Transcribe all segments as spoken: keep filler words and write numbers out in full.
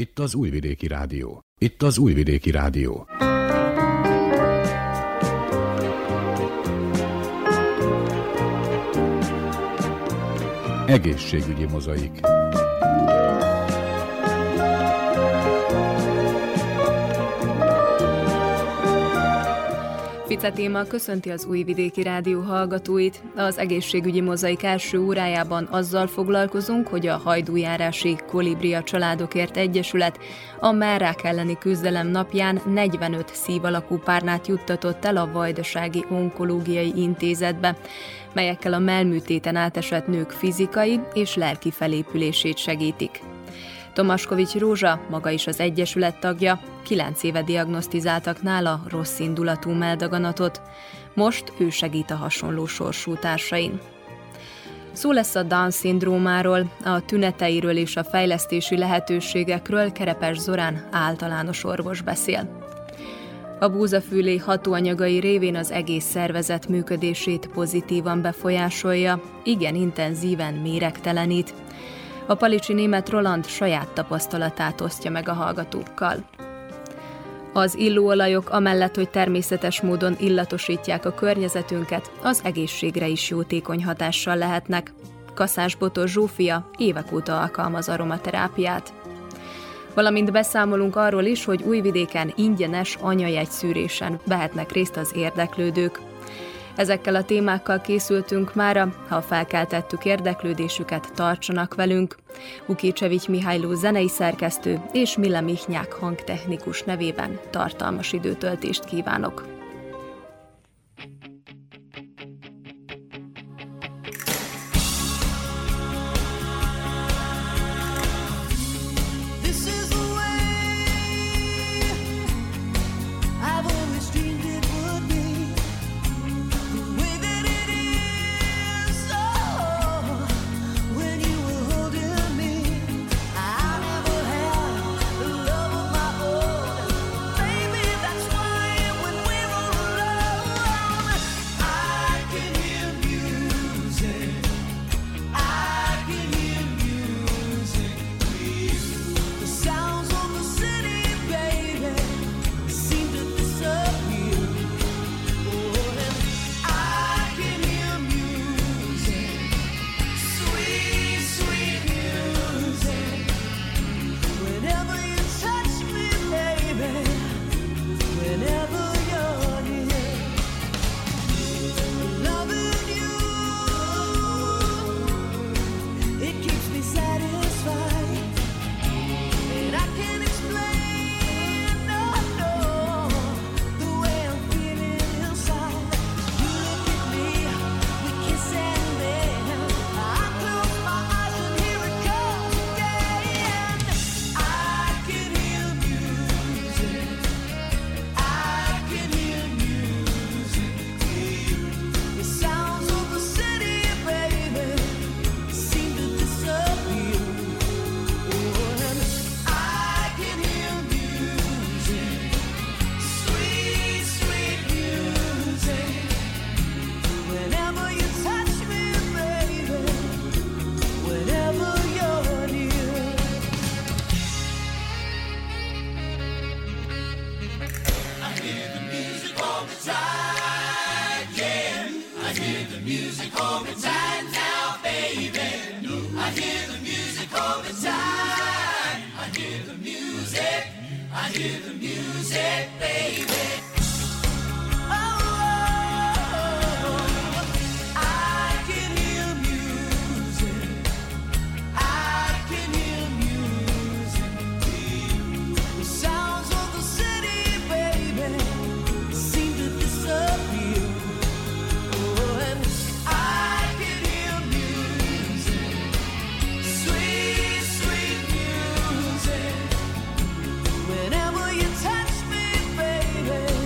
Itt az Újvidéki Rádió. Itt az Újvidéki Rádió. Egészségügyi mozaik. Fice téma köszönti az Újvidéki Rádió hallgatóit. Az egészségügyi mozaik első órájában azzal foglalkozunk, hogy a hajdújárási Kolibria Családokért Egyesület a mellrák elleni küzdelem napján negyvenöt szív alakú párnát juttatott el a Vajdasági Onkológiai Intézetbe, melyekkel a mellműtéten átesett nők fizikai és lelki felépülését segítik. Tomaskovics Rózsa, maga is az egyesület tagja, kilenc éve diagnosztizáltak nála rosszindulatú melldaganatot. Most ő segít a hasonló sorsú társain. Szó lesz a Down-szindrómáról, a tüneteiről és a fejlesztési lehetőségekről Kerepes Zorán általános orvos beszél. A búzafülé hatóanyagai révén az egész szervezet működését pozitívan befolyásolja, igen intenzíven méregtelenít. A palicsi német Roland saját tapasztalatát osztja meg a hallgatókkal. Az illóolajok amellett, hogy természetes módon illatosítják a környezetünket, az egészségre is jótékony hatással lehetnek. Kaszás Botos Zsófia évek óta alkalmaz aromaterápiát. Valamint beszámolunk arról is, hogy Újvidéken ingyenes anyajegyszűrésen vehetnek részt az érdeklődők. Ezekkel a témákkal készültünk mára, ha felkeltettük érdeklődésüket, tartsanak velünk. Ukicevics Mihályló zenei szerkesztő és Mille Michnyák hangtechnikus nevében tartalmas időtöltést kívánok. Whenever you touch me, baby.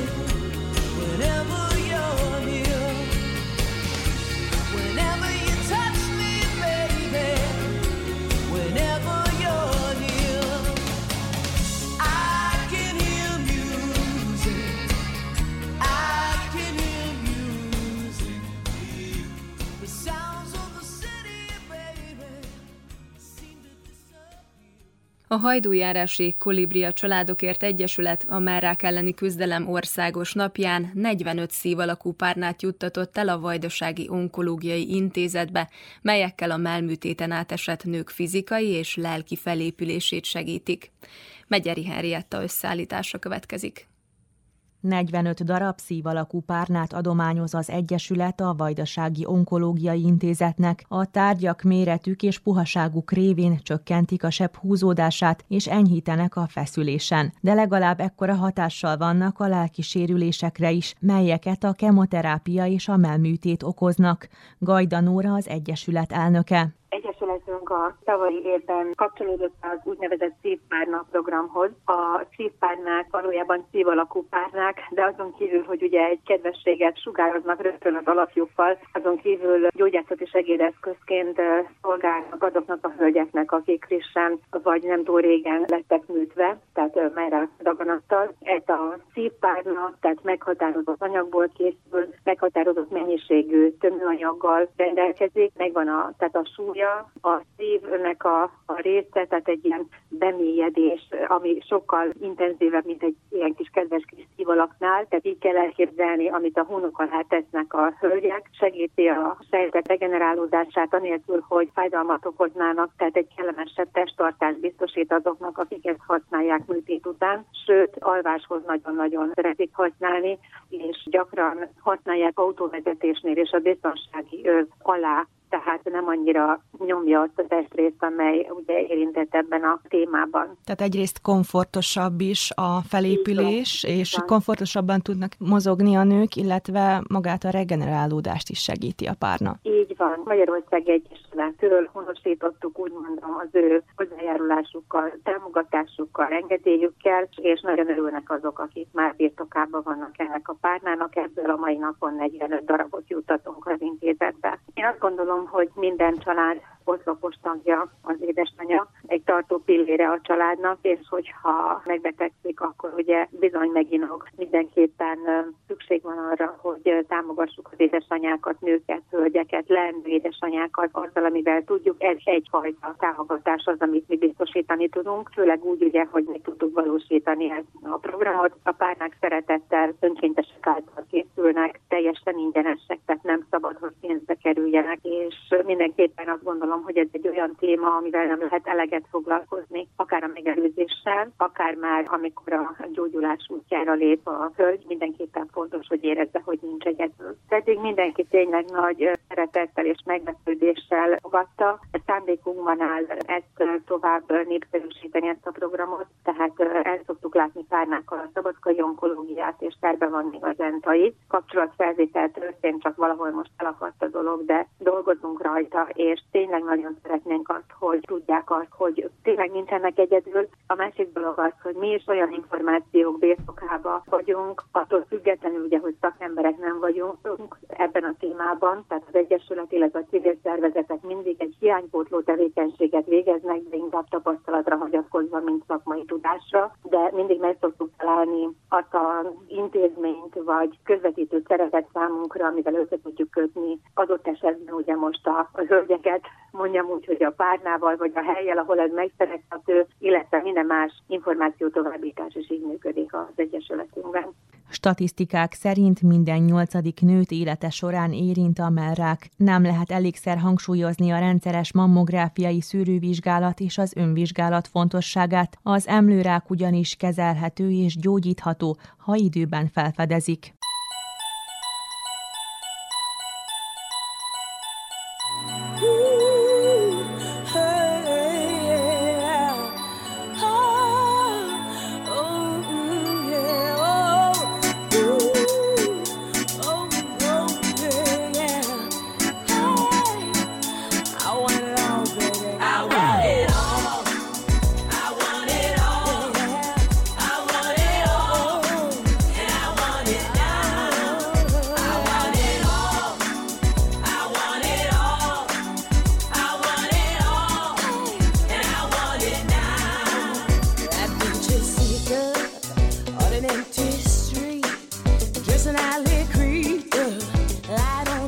A hajdújárási Kolibria Családokért Egyesület a mellrák elleni küzdelem országos napján negyvenöt szív alakú párnát juttatott el a Vajdasági Onkológiai Intézetbe, melyekkel a mellműtéten átesett nők fizikai és lelki felépülését segítik. Megyeri Henrietta összeállítása következik. negyvenöt darab szív alakú párnát adományoz az Egyesület a Vajdasági Onkológiai Intézetnek. A tárgyak méretük és puhaságuk révén csökkentik a seb húzódását és enyhítenek a feszülésen. De legalább ekkora hatással vannak a lelki sérülésekre is, melyeket a kemoterápia és a mellműtét okoznak. Gajda Nóra az Egyesület elnöke. Egyesületünk a tavalyi évben kapcsolódott az úgynevezett szívpárna programhoz. A szívpárnák valójában szív alakú párnák, de azon kívül, hogy ugye egy kedvességet sugároznak rögtön az alapjukkal, azon kívül gyógyászati segédeszközként szolgálnak azoknak a hölgyeknek, akik frissen vagy nem túl régen lettek műtve, tehát mellrák daganattal. Ez a szívpárna, tehát meghatározott anyagból készül, meghatározott mennyiségű tömőanyaggal rendelkezik, megvan a, tehát a súlya, a szívnek a, a része, tehát egy ilyen bemélyedés, ami sokkal intenzívebb, mint egy ilyen kis kedves kis szívalaknál, tehát így kell elképzelni, amit a hónok alá tesznek a hölgyek, segíti a sejtek regenerálódását, anélkül, hogy fájdalmat okoznának, tehát egy kellemesebb testtartást biztosít azoknak, akik ezt használják műtét után, sőt, alváshoz nagyon-nagyon szeretik használni, és gyakran használják autóvezetésnél és a biztonsági öv alá, tehát nem annyira nyomja azt a testrészt, amely ugye érintett ebben a témában. Tehát egyrészt komfortosabb is a felépülés, van, és van. komfortosabban tudnak mozogni a nők, illetve magát a regenerálódást is segíti a párna. Így van. Magyarország Egyesülettől honosítottuk úgymond az ő hozzájárulásukkal, támogatásukkal, engedélyükkel, és nagyon örülnek azok, akik már birtokában vannak ennek a párnának. Ebből a mai napon negyvenöt darabot juttatunk az intézetbe. Én azt gondolom, hogy minden család oszlopos tagja az édesanyja, egy tartó pillére a családnak, és hogyha megbetegszik, akkor ugye bizony meginog. Mindenképpen szükség van arra, hogy támogassuk az édesanyákat, nőket, hölgyeket, leendő édesanyákat azzal, amivel tudjuk. Ez egyfajta támogatás az, amit mi biztosítani tudunk, főleg úgy ugye, hogy mi tudtuk valósítani ezt a programot. A párnák szeretettel önkéntesek által készülnek, teljesen ingyenesek, tehát nem szabad, hogy pénzbe kerüljenek, és mindenképpen azt gondolom, hogy ez egy olyan téma, amivel nem lehet eleget foglalkozni, akár a megelőzéssel, akár már amikor a gyógyulás útjára lép a hölgy, mindenképpen fontos, hogy érezze, hogy nincs egyedül. Pedig mindenki tényleg nagy szeretettel és meglepődéssel fogadta. A szándékunkban áll ezt tovább népszerűsíteni, ezt a programot, tehát el szoktuk látni párnákkal a szabadkai onkológiát, és terve van még az entai. Kapcsolatfelvétel történt, csak valahol most elakadt a dolog, de dolgozunk rajta, és tényleg nagyon szeretnénk azt, hogy tudják azt, hogy tényleg nincsenek egyedül. A másik dolog az, hogy mi is olyan információk birtokában vagyunk, attól függetlenül ugye, hogy szakemberek nem vagyunk ebben a témában, tehát az Egyesület, illetve a civil szervezetek mindig egy hiánypótló tevékenységet végeznek, de inkább tapasztalatra hagyatkozva, mint szakmai tudásra, de mindig meg szoktuk találni azt az intézményt, vagy közvetítő szerepet számunkra, amivel össze tudjuk kötni adott esetben ugye most a, a hölgyeket, mondjam úgy, hogy a párnával, vagy a hellyel, ahol ez megszerezhető, illetve minden más információ továbbítás is így működik az Egyesületünkben. Statisztikák szerint minden nyolcadik nőt élete során érint a mellrák. Nem lehet elégszer hangsúlyozni a rendszeres mammográfiai szűrővizsgálat és az önvizsgálat fontosságát. Az emlőrák ugyanis kezelhető és gyógyítható, ha időben felfedezik.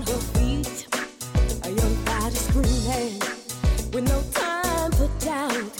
With no time for doubt,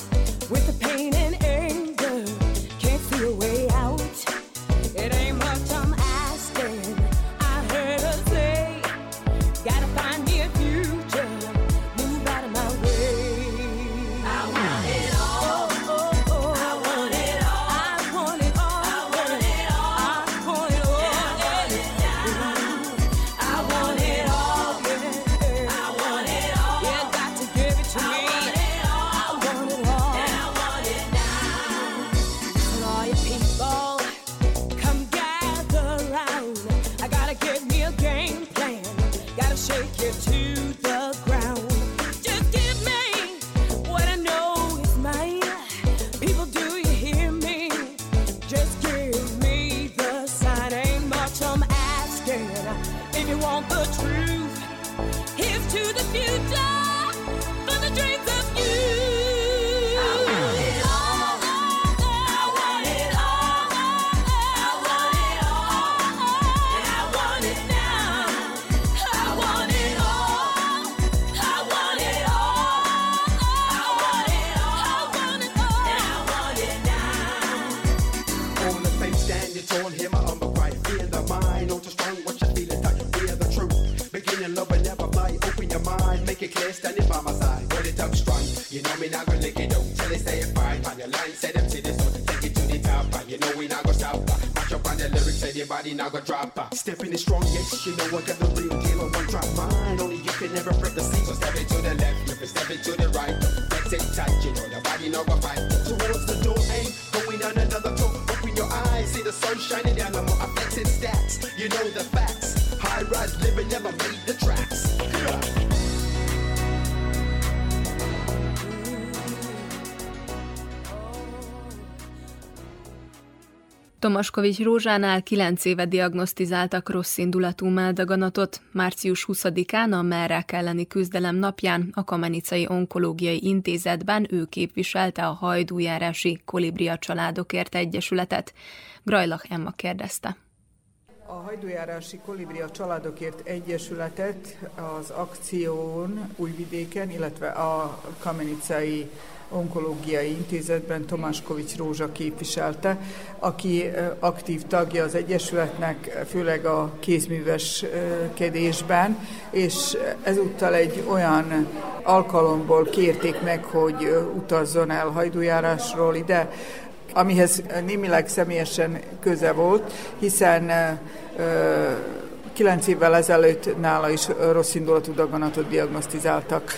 Stepping is strong, yes, you know I got the real deal on one drop mine. Only you can never break the seat. So step it to the left, if you step it to the right. Let's take tight, you know the body know what fight. Towards the door, aim, going on another talk. Open your eyes, see the sun shining down on more affected stats. You know the facts. High rise living never made the tracks. Yeah. Tomaskovics Rózsánál kilenc éve diagnosztizáltak rosszindulatú melldaganatot. március huszadikán a mellrák elleni küzdelem napján a Kamenicai Onkológiai Intézetben ő képviselte a hajdújárási Kolibria Családokért Egyesületet. Grajlach Emma kérdezte. A hajdújárási Kolibria Családokért Egyesületet az akción Újvidéken, illetve a Kamenicai Onkológiai Intézetben Tomaskovics Rózsa képviselte, aki aktív tagja az Egyesületnek, főleg a kézműveskedésben, és ezúttal egy olyan alkalomból kérték meg, hogy utazzon el hajdújárásról ide, amihez némileg személyesen köze volt, hiszen kilenc évvel ezelőtt nála is rosszindulatú daganatot diagnosztizáltak.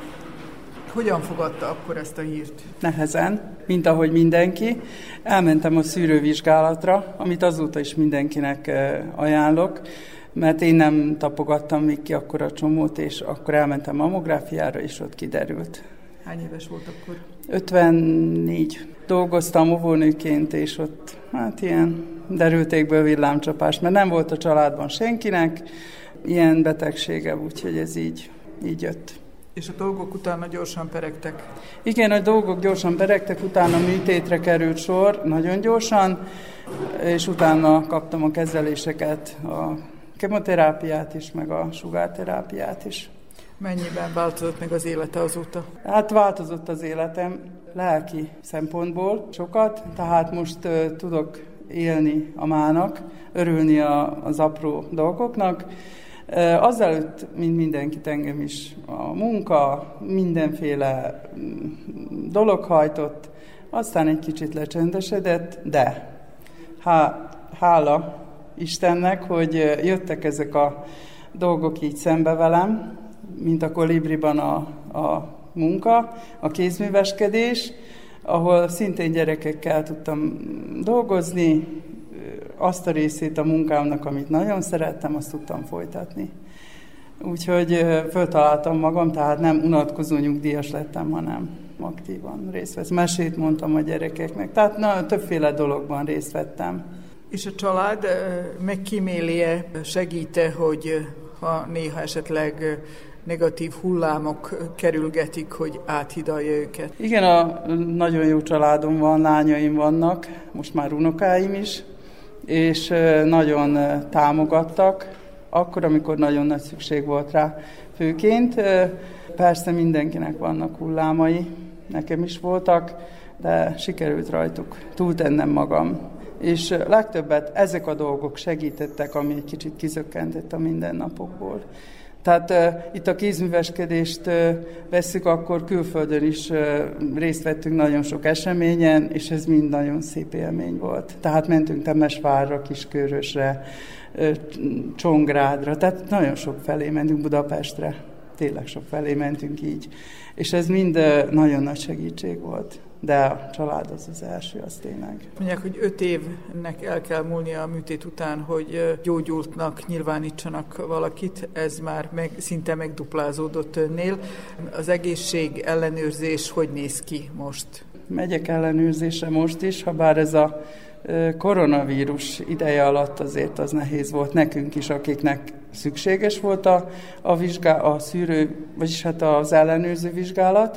Hogyan fogadta akkor ezt a hírt? Nehezen, mint ahogy mindenki. Elmentem a szűrővizsgálatra, amit azóta is mindenkinek ajánlok, mert én nem tapogattam még ki akkor a csomót, és akkor elmentem mammográfiára, és ott kiderült. Hány éves volt akkor? ötvennégy. Dolgoztam óvónőként, és ott hát ilyen derültékből villámcsapás, mert nem volt a családban senkinek ilyen betegsége, úgyhogy ez így, így jött. És a dolgok utána gyorsan peregtek? Igen, a dolgok gyorsan peregtek, utána műtétre került sor, nagyon gyorsan, és utána kaptam a kezeléseket, a kemoterápiát is, meg a sugárterápiát is. Mennyiben változott meg az élete azóta? Hát változott az életem lelki szempontból sokat, tehát most uh, tudok élni a mának, örülni a, az apró dolgoknak. Uh, azelőtt, mint mindenkit, engem is a munka, mindenféle dolog hajtott, aztán egy kicsit lecsendesedett, de há, hála Istennek, hogy jöttek ezek a dolgok így szembe velem, mint a Kolibriban a, a munka, a kézműveskedés, ahol szintén gyerekekkel tudtam dolgozni, azt a részét a munkámnak, amit nagyon szerettem, azt tudtam folytatni. Úgyhogy föltaláltam magam, tehát nem unatkozó nyugdíjas lettem, hanem aktívan részt vesz. Mesét mondtam a gyerekeknek, tehát na, többféle dologban részt vettem. És a család megkíméli-e, segít-e, hogy ha néha esetleg negatív hullámok kerülgetik, hogy áthidalja őket? Igen, a nagyon jó családom van, lányaim vannak, most már unokáim is, és nagyon támogattak, akkor, amikor nagyon nagy szükség volt rá. Főként persze mindenkinek vannak hullámai, nekem is voltak, de sikerült rajtuk túltennem magam. És legtöbbet ezek a dolgok segítettek, ami egy kicsit kizökkentett a mindennapokból. Tehát uh, itt a kézműveskedést uh, vesszük, akkor külföldön is uh, részt vettünk nagyon sok eseményen, és ez mind nagyon szép élmény volt. Tehát mentünk Temesvárra, Kiskörösre, uh, Csongrádra, tehát nagyon sok felé mentünk, Budapestre, tényleg sok felé mentünk így. És ez mind uh, nagyon nagy segítség volt. De a család az az első, az tényleg. Mondják, hogy öt évnek el kell múlnia a műtét után, hogy gyógyultnak nyilvánítsanak valakit. Ez már meg, szinte megduplázódott önnél. Az egészség ellenőrzés hogy néz ki most? Megyek ellenőrzésre most is, ha bár ez a koronavírus ideje alatt azért az nehéz volt nekünk is, akiknek szükséges volt a, a, vizsgá, a szűrő, vagyis hát az ellenőrző vizsgálat.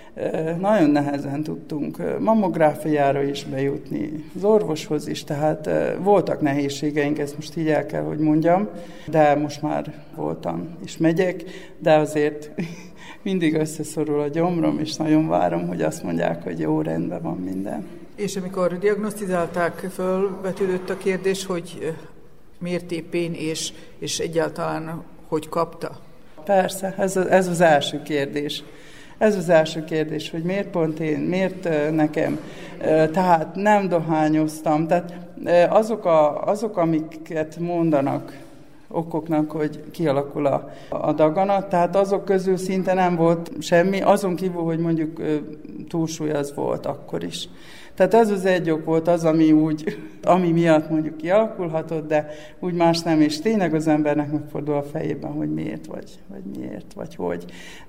Nagyon nehezen tudtunk mammográfiára is bejutni, az orvoshoz is, tehát voltak nehézségeink, ezt most így el kell, hogy mondjam, de most már voltam, és megyek, de azért mindig összeszorul a gyomrom, és nagyon várom, hogy azt mondják, hogy jó, rendben van minden. És amikor diagnosztizálták, fölvetődött a kérdés, hogy miért épp én, és, és egyáltalán hogy kapta? Persze, ez, a, ez az első kérdés. Ez az első kérdés, hogy miért pont én, miért nekem. Tehát nem dohányoztam. Tehát azok, a, azok amiket mondanak okoknak, hogy kialakul a, a daganat, tehát azok közül szinte nem volt semmi, azon kívül, hogy mondjuk túlsúly az volt akkor is. Tehát ez az egy ok volt az, ami úgy, ami miatt mondjuk kialakulhatott, de úgy más nem, és tényleg az embernek megfordul a fejében, hogy miért, vagy, vagy miért, vagy hogy.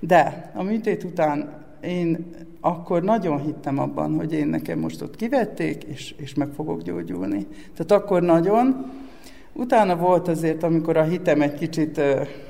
De a műtét után én akkor nagyon hittem abban, hogy én nekem most ott kivették, és, és meg fogok gyógyulni. Tehát akkor nagyon. Utána volt azért, amikor a hitem egy kicsit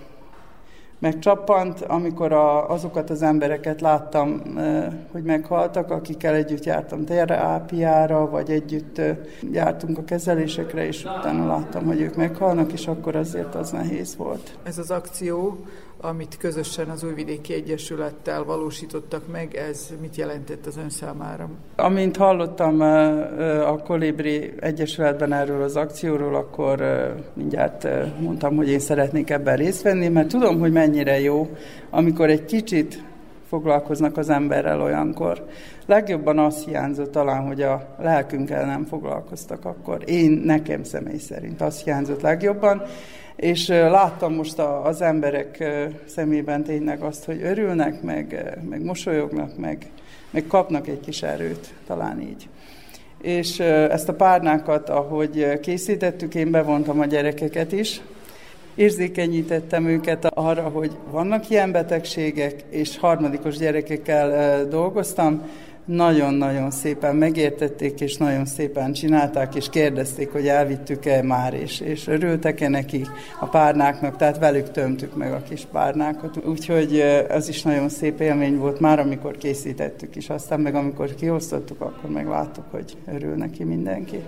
megcsappant, amikor a, azokat az embereket láttam, hogy meghaltak, akikkel együtt jártam terápiára, vagy együtt jártunk a kezelésekre, és utána láttam, hogy ők meghalnak, és akkor azért az nehéz volt. Ez az akció, amit közösen az Újvidéki Egyesülettel valósítottak meg, ez mit jelentett az ön számára? Amint hallottam a Kolibri Egyesületben erről az akcióról, akkor mindjárt mondtam, hogy én szeretnék ebben részt venni, mert tudom, hogy mennyire jó, amikor egy kicsit foglalkoznak az emberrel olyankor. Legjobban az hiányzott talán, hogy a lelkünkkel nem foglalkoztak akkor. Én, nekem személy szerint az hiányzott legjobban, és láttam most az emberek szemében tényleg azt, hogy örülnek, meg, meg mosolyognak, meg, meg kapnak egy kis erőt, talán így. És ezt a párnákat, ahogy készítettük, én bevontam a gyerekeket is, érzékenyítettem őket arra, hogy vannak ilyen betegségek, és harmadikos gyerekekkel dolgoztam, nagyon-nagyon szépen megértették, és nagyon szépen csinálták, és kérdezték, hogy elvittük-e már, és, és örültek-e neki a párnáknak, tehát velük tömtük meg a kis párnákat. Úgyhogy ez is nagyon szép élmény volt már, amikor készítettük is, aztán meg amikor kiosztottuk, akkor meg láttuk, hogy örül neki mindenki.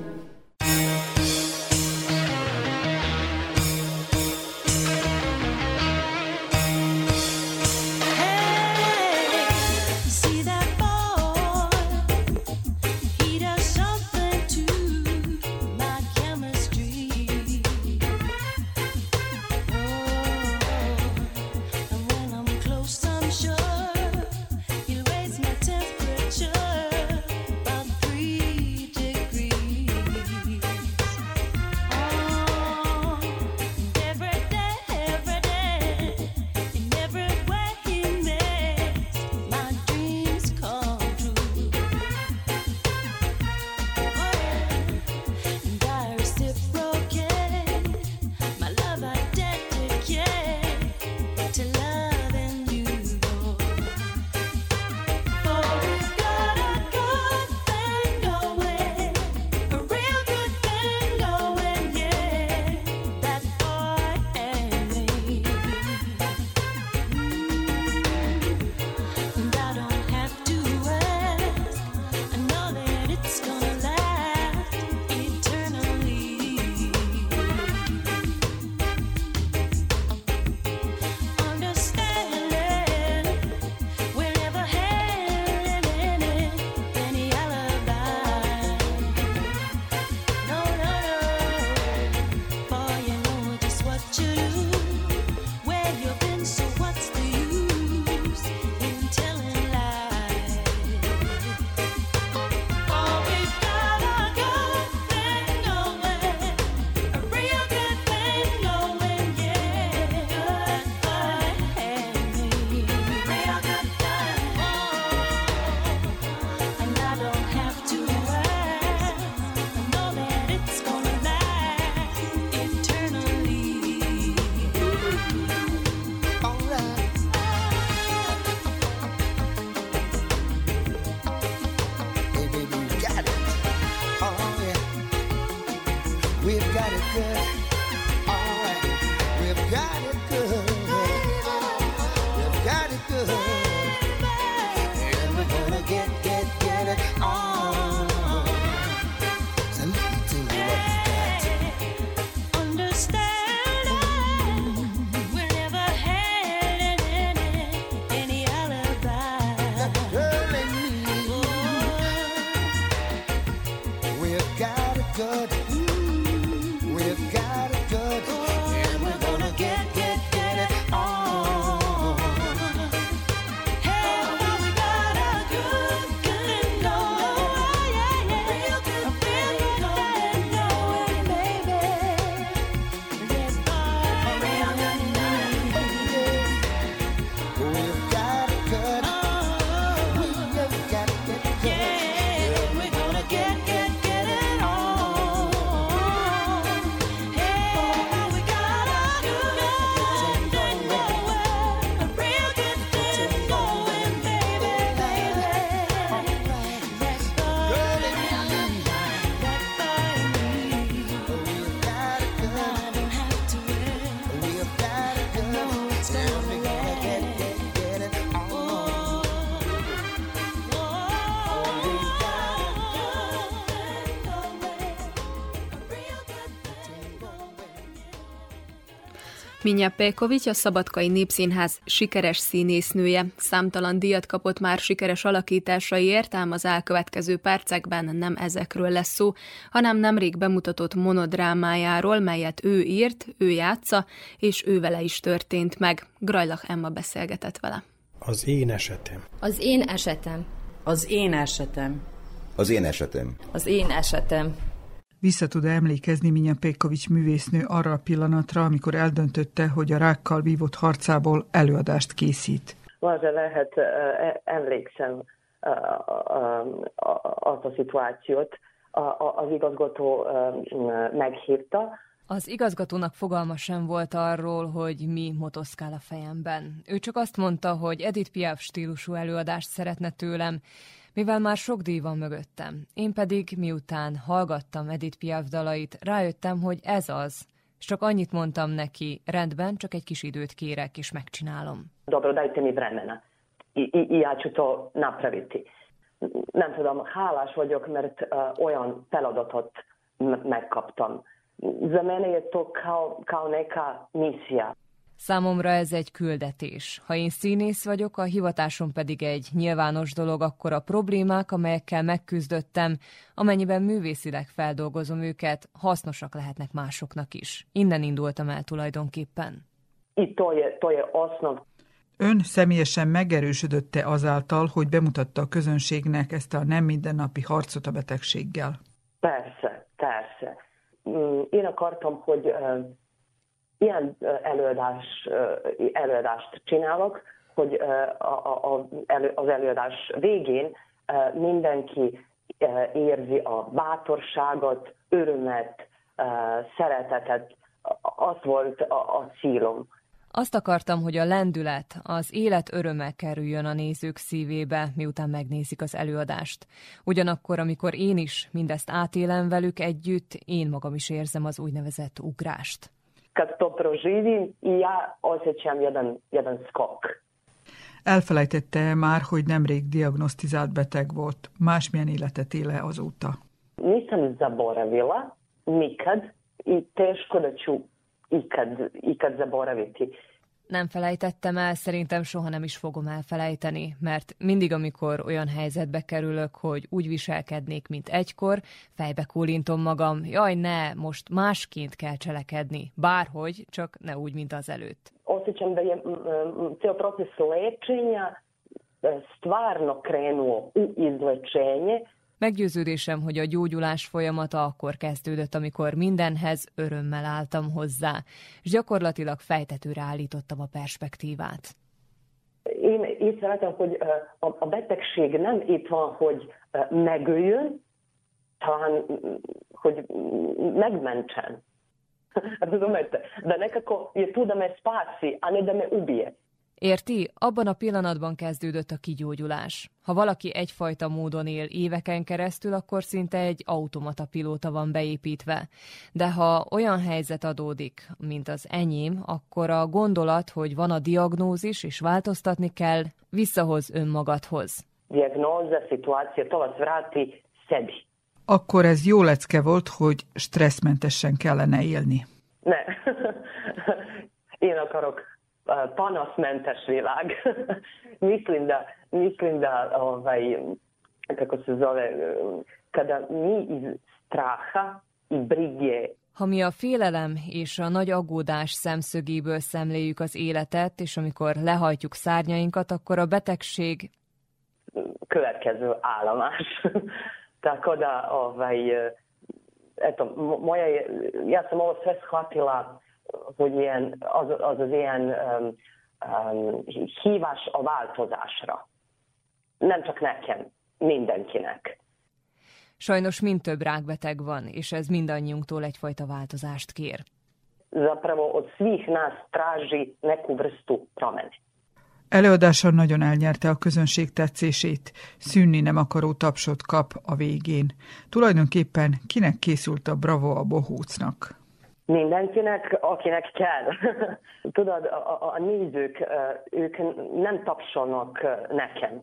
got it good. All right, we've got it good. We've got it good. And we're gonna get, get, get it on. So let me tell you what we got. Understand, we never had any, any alibi. That girl and me, we've got it good. We've got it good. And we're gonna get, get, get it on. Hey, now we got a good, good thing going. Yeah, yeah. Real good thing going, going, baby. Yes, boy, a real good thing. We've got it good. We've got it good. Yeah, we're gonna get, get, get it on. Hey, now we got a good thing going, a real good thing going, baby, baby. Yes, boy, Girl and me, that boy and me. we've got it I good. don't have to worry. We've got it good. No, it's And gonna we're gonna get, get, get it on. Oh, Minja Pejkovics, a Szabadkai Népszínház sikeres színésznője. Számtalan díjat kapott már sikeres alakításaiért, ám az elkövetkező percekben nem ezekről lesz szó, hanem nemrég bemutatott monodrámájáról, melyet ő írt, ő játsza, és ő vele is történt meg. Grajlach Emma beszélgetett vele. Az én esetem. Az én esetem. Az én esetem. Az én esetem. Az én esetem. Vissza tud emlékezni Minja Pejkovics művésznő arra a pillanatra, amikor eldöntötte, hogy a rákkal vívott harcából előadást készít. Arra lehet, emlékszem azt a szituációt, az igazgató meghívta. Az igazgatónak fogalma sem volt arról, hogy mi motoszkál a fejemben. Ő csak azt mondta, hogy Edith Piaf stílusú előadást szeretne tőlem, mivel már sok díj van mögöttem. Én pedig, miután hallgattam Edith Piaf dalait, rájöttem, hogy ez az. És csak annyit mondtam neki, rendben, csak egy kis időt kérek, és megcsinálom. Dobro, dajte mi vremena. I, i, i ja ću to napraviti. Nem tudom, hálás vagyok, mert uh, olyan feladatot m- megkaptam. Za mene je to kao, kao neka misija. Számomra ez egy küldetés. Ha én színész vagyok, a hivatásom pedig egy nyilvános dolog, akkor a problémák, amelyekkel megküzdöttem, amennyiben művészileg feldolgozom őket, hasznosak lehetnek másoknak is. Innen indultam el tulajdonképpen. I to je, to je osnov. Ön személyesen megerősödötte azáltal, hogy bemutatta a közönségnek ezt a nem mindennapi harcot a betegséggel? Persze, persze. Én akartam, hogy uh, ilyen előadás, uh, előadást csinálok, hogy uh, a, a, elő, az előadás végén uh, mindenki uh, érzi a bátorságot, örömet, uh, szeretetet. Az volt a, a célom. Azt akartam, hogy a lendület, az élet öröme kerüljön a nézők szívébe, miután megnézik az előadást. Ugyanakkor, amikor én is mindezt átélem velük együtt, én magam is érzem az úgynevezett ugrást. Kad to proživim, i ja osjećam jedan, jedan skok. Elfelejtette már, hogy nemrég diagnosztizált beteg volt. Másmilyen életet éle azóta? Nisam zaboravila, nikad, i teško da ću ikad, ikad zaboraviti. Nem felejtettem el, szerintem soha nem is fogom elfelejteni, mert mindig, amikor olyan helyzetbe kerülök, hogy úgy viselkednék, mint egykor, fejbe kólintom magam, jaj ne, most másként kell cselekedni, bárhogy, csak ne úgy, mint az előtt. Osjećam da je ceo proces lečenja stvarno krenuo u izlečenje. Meggyőződésem, hogy a gyógyulás folyamata akkor kezdődött, amikor mindenhez örömmel álltam hozzá, és gyakorlatilag fejtetőre állítottam a perspektívát. Én észrevettem, hogy a betegség nem itt van, hogy megöljön, hanem hogy megmentsen. Razumete? Da nekako je tu da me spasi, a ne da me ubije. Érti? Abban a pillanatban kezdődött a kigyógyulás. Ha valaki egyfajta módon él éveken keresztül, akkor szinte egy automata pilóta van beépítve. De ha olyan helyzet adódik, mint az enyém, akkor a gondolat, hogy van a diagnózis és változtatni kell, visszahoz önmagadhoz. Diagnóza, szituáció, to vas vrati sebi. Akkor ez jó lecke volt, hogy stresszmentesen kellene élni. Ne. Én akarok panaszmentes világ. mislim da, mislim da ovaj, kako se zove, kada mi iz straha i brige. Ha mi a félelem és a nagy aggódás szemszögéből szemléljük az életet, és amikor lehajtjuk szárnyainkat, akkor a betegség következő állomás. Tako da, ovaj, eto, moja je, ja sam ovo sve shvatila, hogy ilyen, az, az az ilyen um, um, hívás a változásra. Nem csak nekem, mindenkinek. Sajnos mind több rákbeteg van, és ez mindannyiunktól egyfajta változást kér. Zapravo od svih nas traži neku vrstu promene. Előadása nagyon elnyerte a közönség tetszését, szűnni nem akaró tapsot kap a végén. Tulajdonképpen kinek készült a Bravo a bohócnak? Mindenkinek, akinek kell. Tudod, a, a, a nézők, ők nem tapsolnak nekem.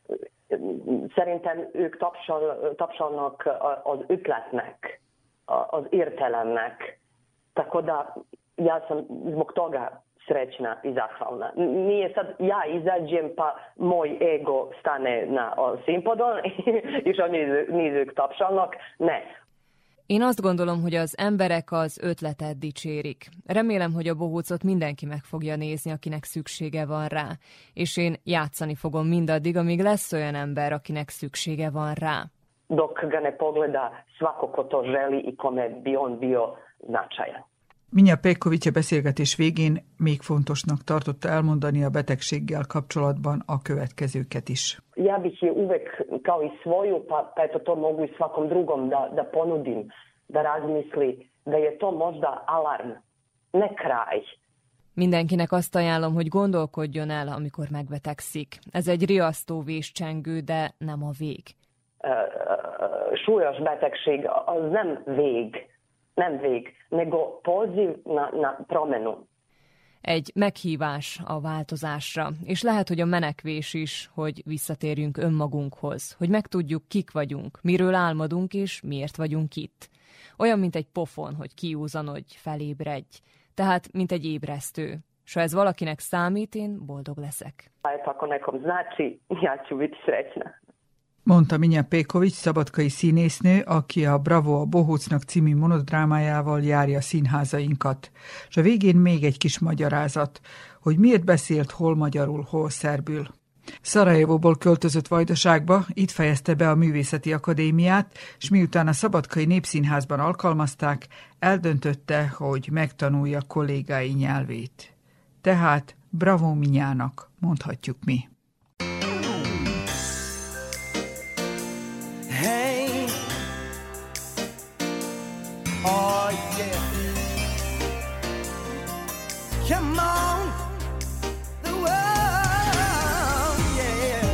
Szerintem ők tapsol, tapsolnak az ötletnek, az értelemnek. Tako da, ja sam zbog toga srećna i zahvalna. Nije sad ja izađem pa moj ego stane na színpadon, és a néző, nézők tapsolnak. Ne. Én azt gondolom, hogy az emberek az ötletet dicsérik. Remélem, hogy a bohócot mindenki meg fogja nézni, akinek szüksége van rá. És én játszani fogom mindaddig, amíg lesz olyan ember, akinek szüksége van rá. Dok ga ne pogleda svako ko to želi i kome bi on bio značajan. Minja Pejković a beszélgetés végén még fontosnak tartotta elmondani a betegséggel kapcsolatban a következőket is. Ja bih je uvek kao i svoju, pa, pa eto to mogu i svakom drugom da, da ponudim, da razmisli, da je to možda alarm, ne kraj. Mindenkinek azt ajánlom, hogy gondolkodjon el, amikor megbetegszik. Ez egy riasztó véscsengő, de nem a vég. Uh, uh, súlyos betegség az nem vég. Nem vég, nego poziv na, na promenu. Egy meghívás a változásra, és lehet, hogy a menekvés is, hogy visszatérjünk önmagunkhoz, hogy megtudjuk, kik vagyunk, miről álmodunk, és miért vagyunk itt. Olyan, mint egy pofon, hogy kiúzanodj, felébredj. Tehát, mint egy ébresztő. S ha ez valakinek számít, én boldog leszek. Ako nekom znači, ja ću biti srećna. Mondta Minja Pejković, szabadkai színésznő, aki a Bravo a bohócnak című monodrámájával járja színházainkat. És a végén még egy kis magyarázat, hogy miért beszélt hol magyarul, hol szerbül. Szarajevóból költözött Vajdaságba, itt fejezte be a Művészeti Akadémiát, és miután a Szabadkai Népszínházban alkalmazták, eldöntötte, hogy megtanulja kollégái nyelvét. Tehát Bravo Minyának mondhatjuk mi. Hey, oh yeah, come on, the world, yeah.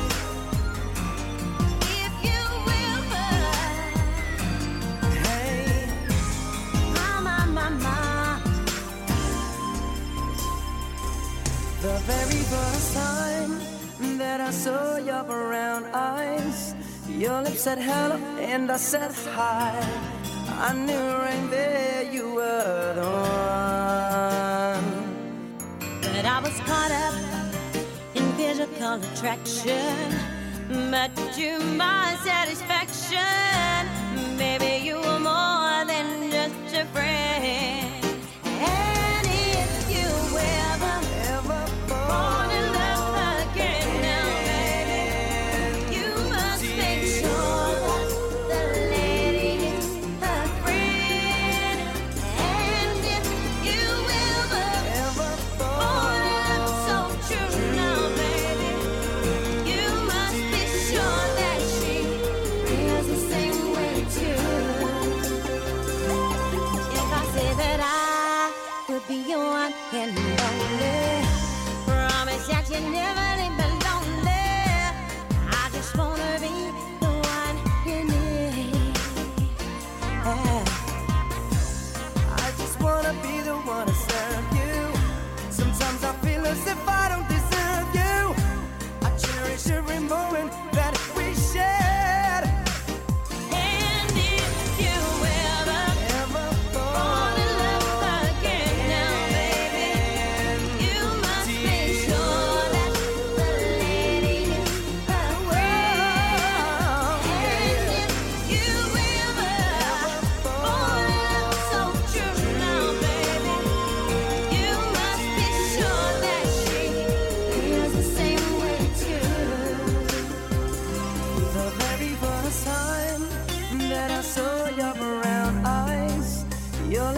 If you will, hey, my, my, my, my. The very first time that I saw your brown eyes, your lips said hello and I said hi. I knew right there you were the one. But I was caught up in physical attraction, but to my satisfaction, baby, you were more than just a friend. And if you ever, ever fall in love again now, baby, you must make sure that the lady is a friend. And if you ever, ever fall in love so true now, baby, you must be sure that she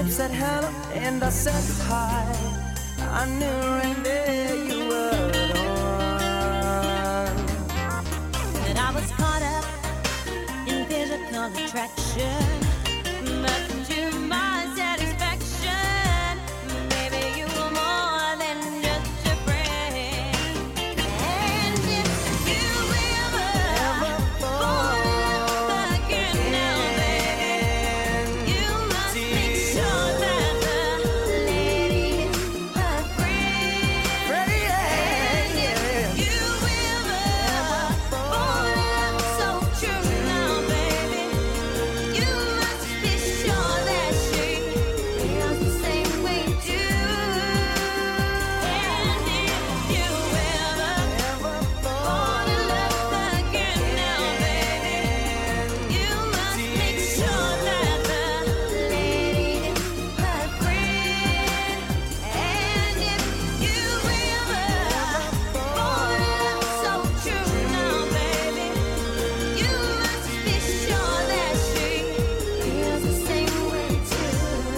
said hello and I said hi. I knew right there you were the one. And I was caught up in physical attraction, but to my satisfaction, baby, you were more than just a friend. And if you ever fall in love again now, baby, you must make sure that the lady is a friend. Yeah, yeah. You ever fall in love so true now, baby, you must be sure that she feels the same way too. And if you ever fall in love again now, baby, you must make sure that the lady is her friend. And if you ever fall in love so true now, baby, you must be sure that she feels the same way too.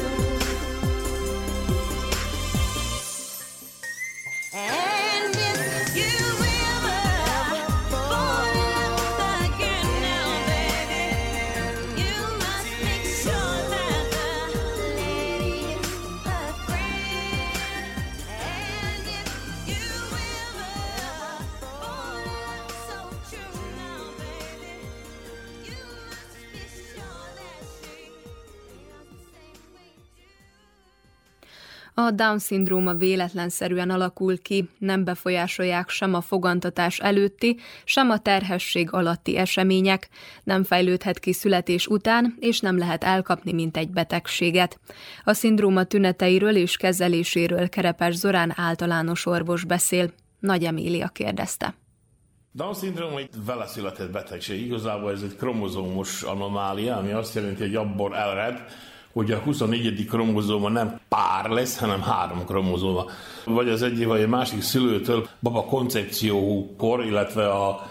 And if you ever fall in love again now, baby, you must make sure that the lady is her friend. And if you ever fall in love so true now, baby, you must be sure that she feels the same way too. A Down-szindróma véletlenszerűen alakul ki, nem befolyásolják sem a fogantatás előtti, sem a terhesség alatti események, nem fejlődhet ki születés után, és nem lehet elkapni, mint egy betegséget. A szindróma tüneteiről és kezeléséről Kerepes Zorán általános orvos beszél. Nagy Emília kérdezte. Down-szindróma egy vele született betegség. Igazából ez egy kromozómos anomália, ami azt jelenti, hogy abból ered, hogy a huszonnegyedik kromozóma nem pár lesz, hanem három kromozóma. Vagy az egyik, vagy a másik szülőtől baba koncepciókor, illetve a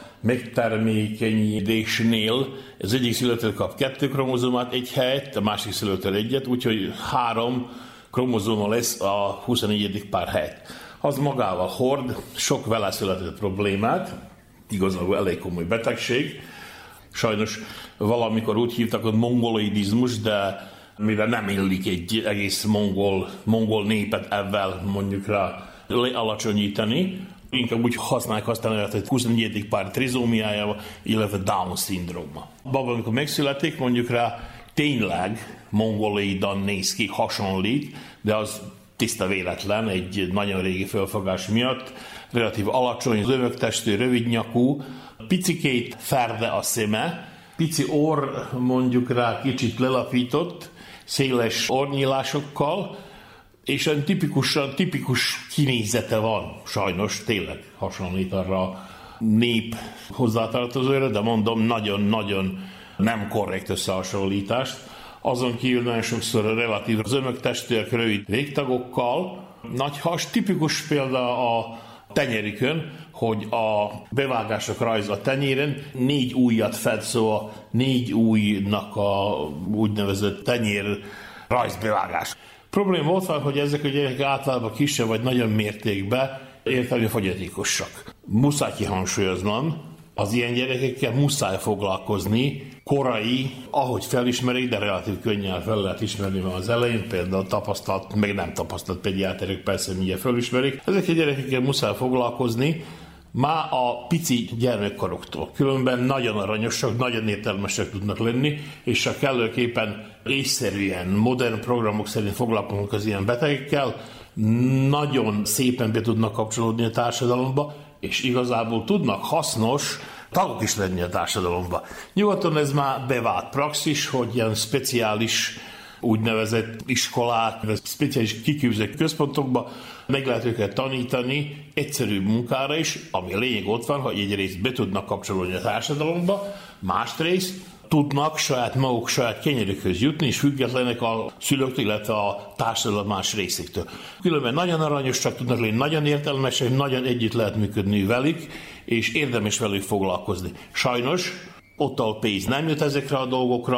megtermékenyedésnél az egyik szülőtől kap kettő kromozómát egy helyet, a másik szülőtől egyet, úgyhogy három kromozóma lesz a huszonnegyedik pár helyett. Az magával hord sok vele született problémát, igazából elég komoly betegség. Sajnos valamikor úgy hívtak, hogy mongoloidizmus, de mivel nem illik egy egész mongol, mongol népet ebben mondjuk rá alacsonyítani, inkább úgy használják azt a nevet, hogy huszonnegyedik pár trizómiája, illetve Down-szindróma. Baba, amikor megszületik, mondjuk rá tényleg mongoloidan néz ki, hasonlít, de az tiszta véletlen, egy nagyon régi fölfogás miatt, relatív alacsony, zövögtestű, rövidnyakú, picikét ferde a szeme, pici orr mondjuk rá kicsit lelapított, széles orrnyílásokkal, és olyan tipikusan, tipikus kinézete van, sajnos tényleg hasonlít arra a nép hozzátartozóra, de mondom, nagyon-nagyon nem korrekt összehasonlítást. Azon kívül nagyon sokszor a relatív zömögtestűek rövid végtagokkal. Nagy has, tipikus példa a tenyerükön, hogy a bevágások rajz a tenyéren négy ujjat fed, szóval négy ujjnak a úgynevezett tenyér rajzbevágás. Probléma volt van, hogy ezek a gyerekek általában kisebb vagy nagyon mértékben értelmi fogyatékosak. Muszáj kihangsúlyoznom, az ilyen gyerekekkel muszáj foglalkozni, korai, ahogy felismerik, de relatív könnyen fel lehet ismerni már az elején, például tapasztalt, meg nem tapasztalt pediáterek persze mindjárt felismerik. Ezek a gyerekekkel muszáj foglalkozni, már a pici gyermekkoroktól. Különben nagyon aranyosak, nagyon értelmesek tudnak lenni, és ha kellőképpen észszerűen, modern programok szerint foglalkozunk az ilyen betegekkel, nagyon szépen be tudnak kapcsolódni a társadalomba, és igazából tudnak hasznos tagok is lenni a társadalomba. Nyugaton ez már bevált praxis, hogy ilyen speciális úgynevezett iskolák, speciális kiképzett központokba meg lehet őket tanítani egyszerűbb munkára is, ami a lényeg ott van, hogy egyrészt be tudnak kapcsolódni a társadalomba, másrészt tudnak saját maguk saját kenyerükhöz jutni, és függetlenek a szülőktől, illetve a társadalom más részéktől. Különben nagyon aranyosak tudnak lenni, nagyon értelmesek, nagyon együtt lehet működni velük, és érdemes velük foglalkozni. Sajnos ott a pénz nem jut ezekre a dolgokra,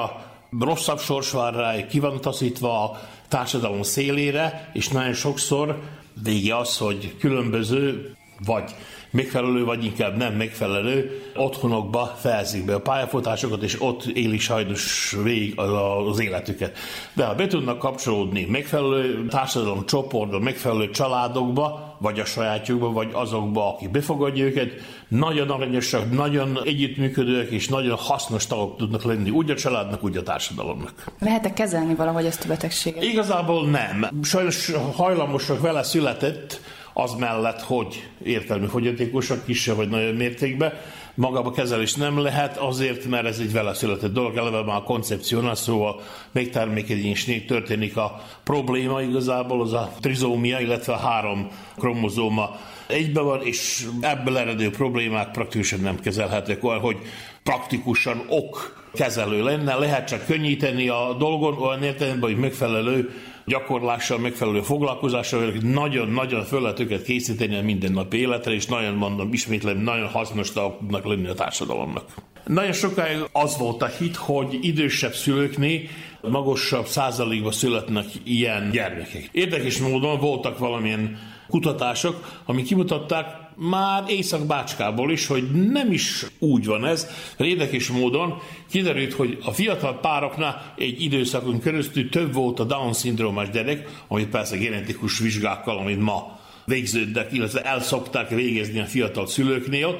rosszabb sors vár rá, ki van taszítva a társadalom szélére, és nagyon sokszor vége az, hogy különböző, vagy megfelelő, vagy inkább nem megfelelő otthonokba fejezik be a pályafutásokat, és ott élik sajnos végig az életüket. De ha be tudnak kapcsolódni megfelelő társadalom csoportba, megfelelő családokba, vagy a sajátjukba, vagy azokba, akik befogadja őket, nagyon aranyosak, nagyon együttműködőek, és nagyon hasznos tagok tudnak lenni, úgy a családnak, úgy a társadalomnak. Lehet-e kezelni valahogy ezt a betegséget? Igazából nem. Sajnos hajlamosak vele született, az mellett, hogy értelmi fogyatékosak kisebb vagy nagyobb mértékben, magába kezelés nem lehet, azért, mert ez egy vele született dolog, eleve már a koncepciónál, szóval megtermékenyésnél történik a probléma igazából, az a trizómia, illetve a három kromozóma egybe van, és ebből eredő problémák praktikusan nem kezelhetők, olyan, hogy praktikusan ok kezelő lenne, lehet csak könnyíteni a dolgon, olyan értelemben, hogy megfelelő gyakorlással, megfelelő foglalkozással, nagyon-nagyon föl lehet őket készíteni a mindennapi életre, és nagyon mondom, ismétlem, nagyon hasznos tudnak lenni a társadalomnak. Nagyon sokáig az volt a hit, hogy idősebb szülőknél magasabb százalékban születnek ilyen gyermekek. Érdekes módon voltak valamilyen kutatások, amik kimutatták már Észak-Bácskából is, hogy nem is úgy van ez. Érdekes módon kiderült, hogy a fiatal pároknál egy időszakon keresztül több volt a Down-szindrómás gyerek, amit persze genetikus vizsgákkal, amit ma végződnek, illetve el szokták végezni a fiatal szülőknél,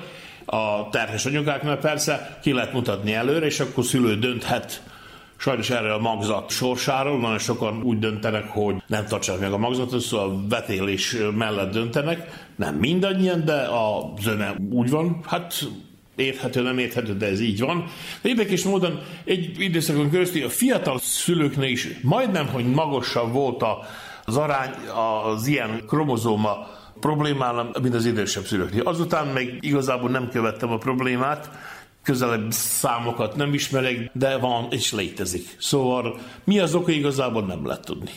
a terhes anyukáknál persze ki lehet mutatni előre, és akkor szülő dönthet sajnos erre a magzat sorsáról. Nagyon sokan úgy döntenek, hogy nem tartsák meg a magzatot, szóval a vetélés mellett döntenek. Nem mindannyian, de a zöme úgy van. Hát érthető, nem érthető, de ez így van. De érdekes módon egy időszakon keresztül a fiatal szülőknél is majdnem, hogy magasabb volt az arány az ilyen kromozóma problémánál, mint az idősebb szülőknél. Azután még igazából nem követtem a problémát, közelebb számokat nem ismerek, de van és létezik. Szóval mi az oka, igazából nem lehet tudni.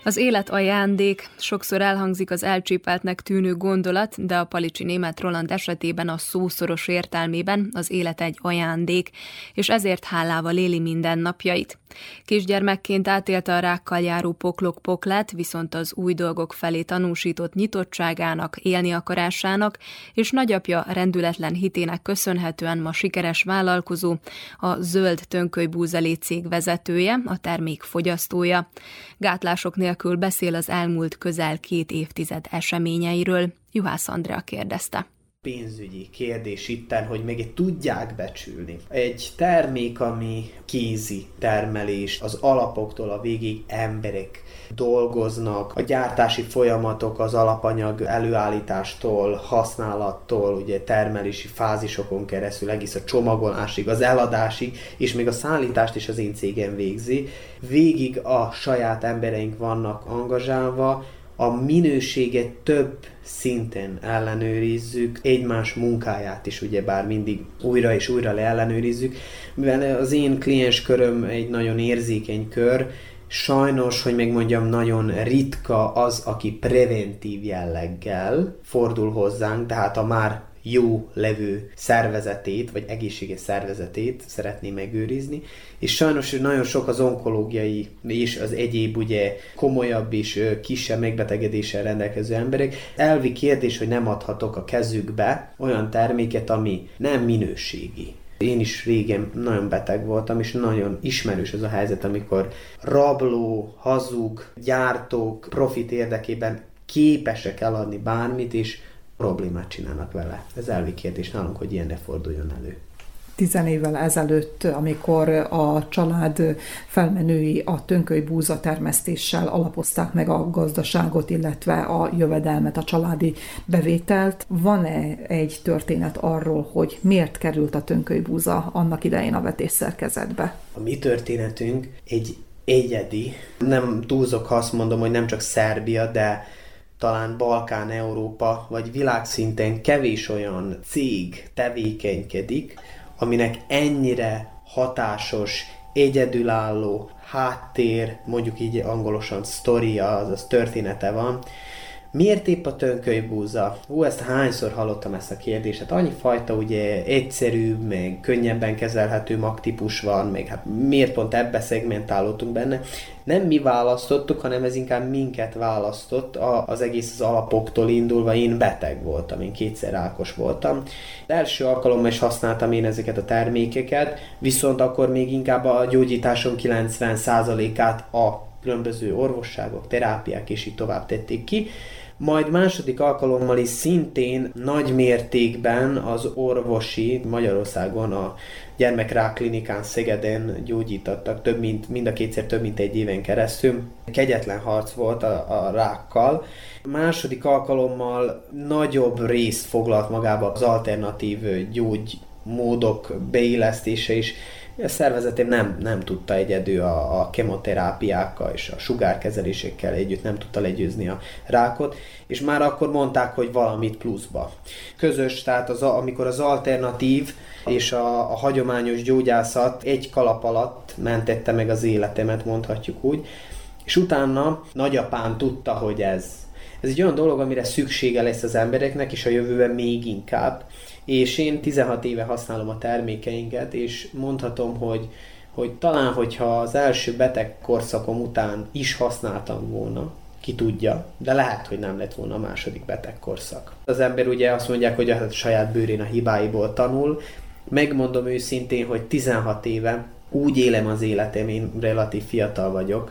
Az élet ajándék, sokszor elhangzik az elcsépeltnek tűnő gondolat, de a palicsi német Roland esetében a szószoros értelmében az élet egy ajándék, és ezért hálával éli mindennapjait. Kisgyermekként átélte a rákkal járó poklok poklát, viszont az új dolgok felé tanúsított nyitottságának, élni akarásának, és nagyapja rendületlen hitének köszönhetően ma sikeres vállalkozó, a Zöld Tönkölybúzelé cég vezetője, a termék fogyasztója. Gátlások nélkül beszél az elmúlt közel két évtized eseményeiről. Juhász Andrea kérdezte. Pénzügyi kérdés itten, hogy még tudják becsülni. Egy termék, ami kézi termelés, az alapoktól a végig emberek dolgoznak, a gyártási folyamatok az alapanyag előállítástól, használattól, ugye termelési fázisokon keresztül, egész a csomagolásig, az eladásig, és még a szállítást is az én cégem végzi. Végig a saját embereink vannak angazsálva, a minőséget több szinten ellenőrizzük, egymás munkáját is ugyebár mindig újra és újra leellenőrizzük, mivel az én kliensköröm egy nagyon érzékeny kör, sajnos, hogy megmondjam, nagyon ritka az, aki preventív jelleggel fordul hozzánk, tehát a már jó levő szervezetét, vagy egészséges szervezetét szeretné megőrizni, és sajnos nagyon sok az onkológiai és az egyéb ugye komolyabb és kisebb megbetegedéssel rendelkező emberek. Elvi kérdés, hogy nem adhatok a kezükbe olyan terméket, ami nem minőségi. Én is régen nagyon beteg voltam, és nagyon ismerős az a helyzet, amikor rabló, hazug, gyártók profit érdekében képesek eladni bármit, és problémát csinálnak vele. Ez elvi kérdés nálunk, hogy ilyen ne forduljon elő. Tizen évvel ezelőtt, amikor a család felmenői a tönkölybúza termesztéssel alapozták meg a gazdaságot, illetve a jövedelmet, a családi bevételt, van-e egy történet arról, hogy miért került a tönkölybúza annak idején a vetésszerkezetbe? A mi történetünk egy egyedi, nem túlzok, ha azt mondom, hogy nem csak Szerbia, de talán Balkán, Európa, vagy világszinten kevés olyan cég tevékenykedik, aminek ennyire hatásos, egyedülálló háttér, mondjuk így angolosan sztoria, azaz története van. Miért épp a tönkölybúza? Hú, ezt hányszor hallottam ezt a kérdést. Hát annyi fajta ugye egyszerűbb, meg könnyebben kezelhető magtípus van, meg hát miért pont ebbe szegmentálódtunk benne. Nem mi választottuk, hanem ez inkább minket választott, az egész az alapoktól indulva. Én beteg voltam, én kétszer rákos voltam. De első alkalommal is használtam én ezeket a termékeket, viszont akkor még inkább a gyógyításom kilencven százalékát a különböző orvosságok, terápiák és így tovább tették ki. Majd második alkalommal is szintén nagy mértékben az orvosi, Magyarországon a gyermekrák klinikán Szegeden gyógyítottak, több mint, mind a kétszer több mint egy éven keresztül. Kegyetlen harc volt a, a rákkal. Második alkalommal nagyobb részt foglalt magába az alternatív gyógymódok beillesztése is. A szervezetem nem, nem tudta egyedül a, a kemoterápiákkal és a sugárkezelésekkel együtt nem tudta legyőzni a rákot, és már akkor mondták, hogy valamit pluszba. Közös, tehát az, amikor az alternatív és a, a hagyományos gyógyászat egy kalap alatt mentette meg az életemet, mondhatjuk úgy, és utána nagyapám tudta, hogy ez, ez egy olyan dolog, amire szüksége lesz az embereknek, és a jövőben még inkább. És én tizenhat éve használom a termékeinket, és mondhatom, hogy, hogy talán, hogyha az első beteg korszakom után is használtam volna, ki tudja, de lehet, hogy nem lett volna a második beteg korszak. Az ember ugye azt mondják, hogy a saját bőrén a hibáiból tanul. Megmondom őszintén, hogy tizenhat éve úgy élem az életem, én relatív fiatal vagyok,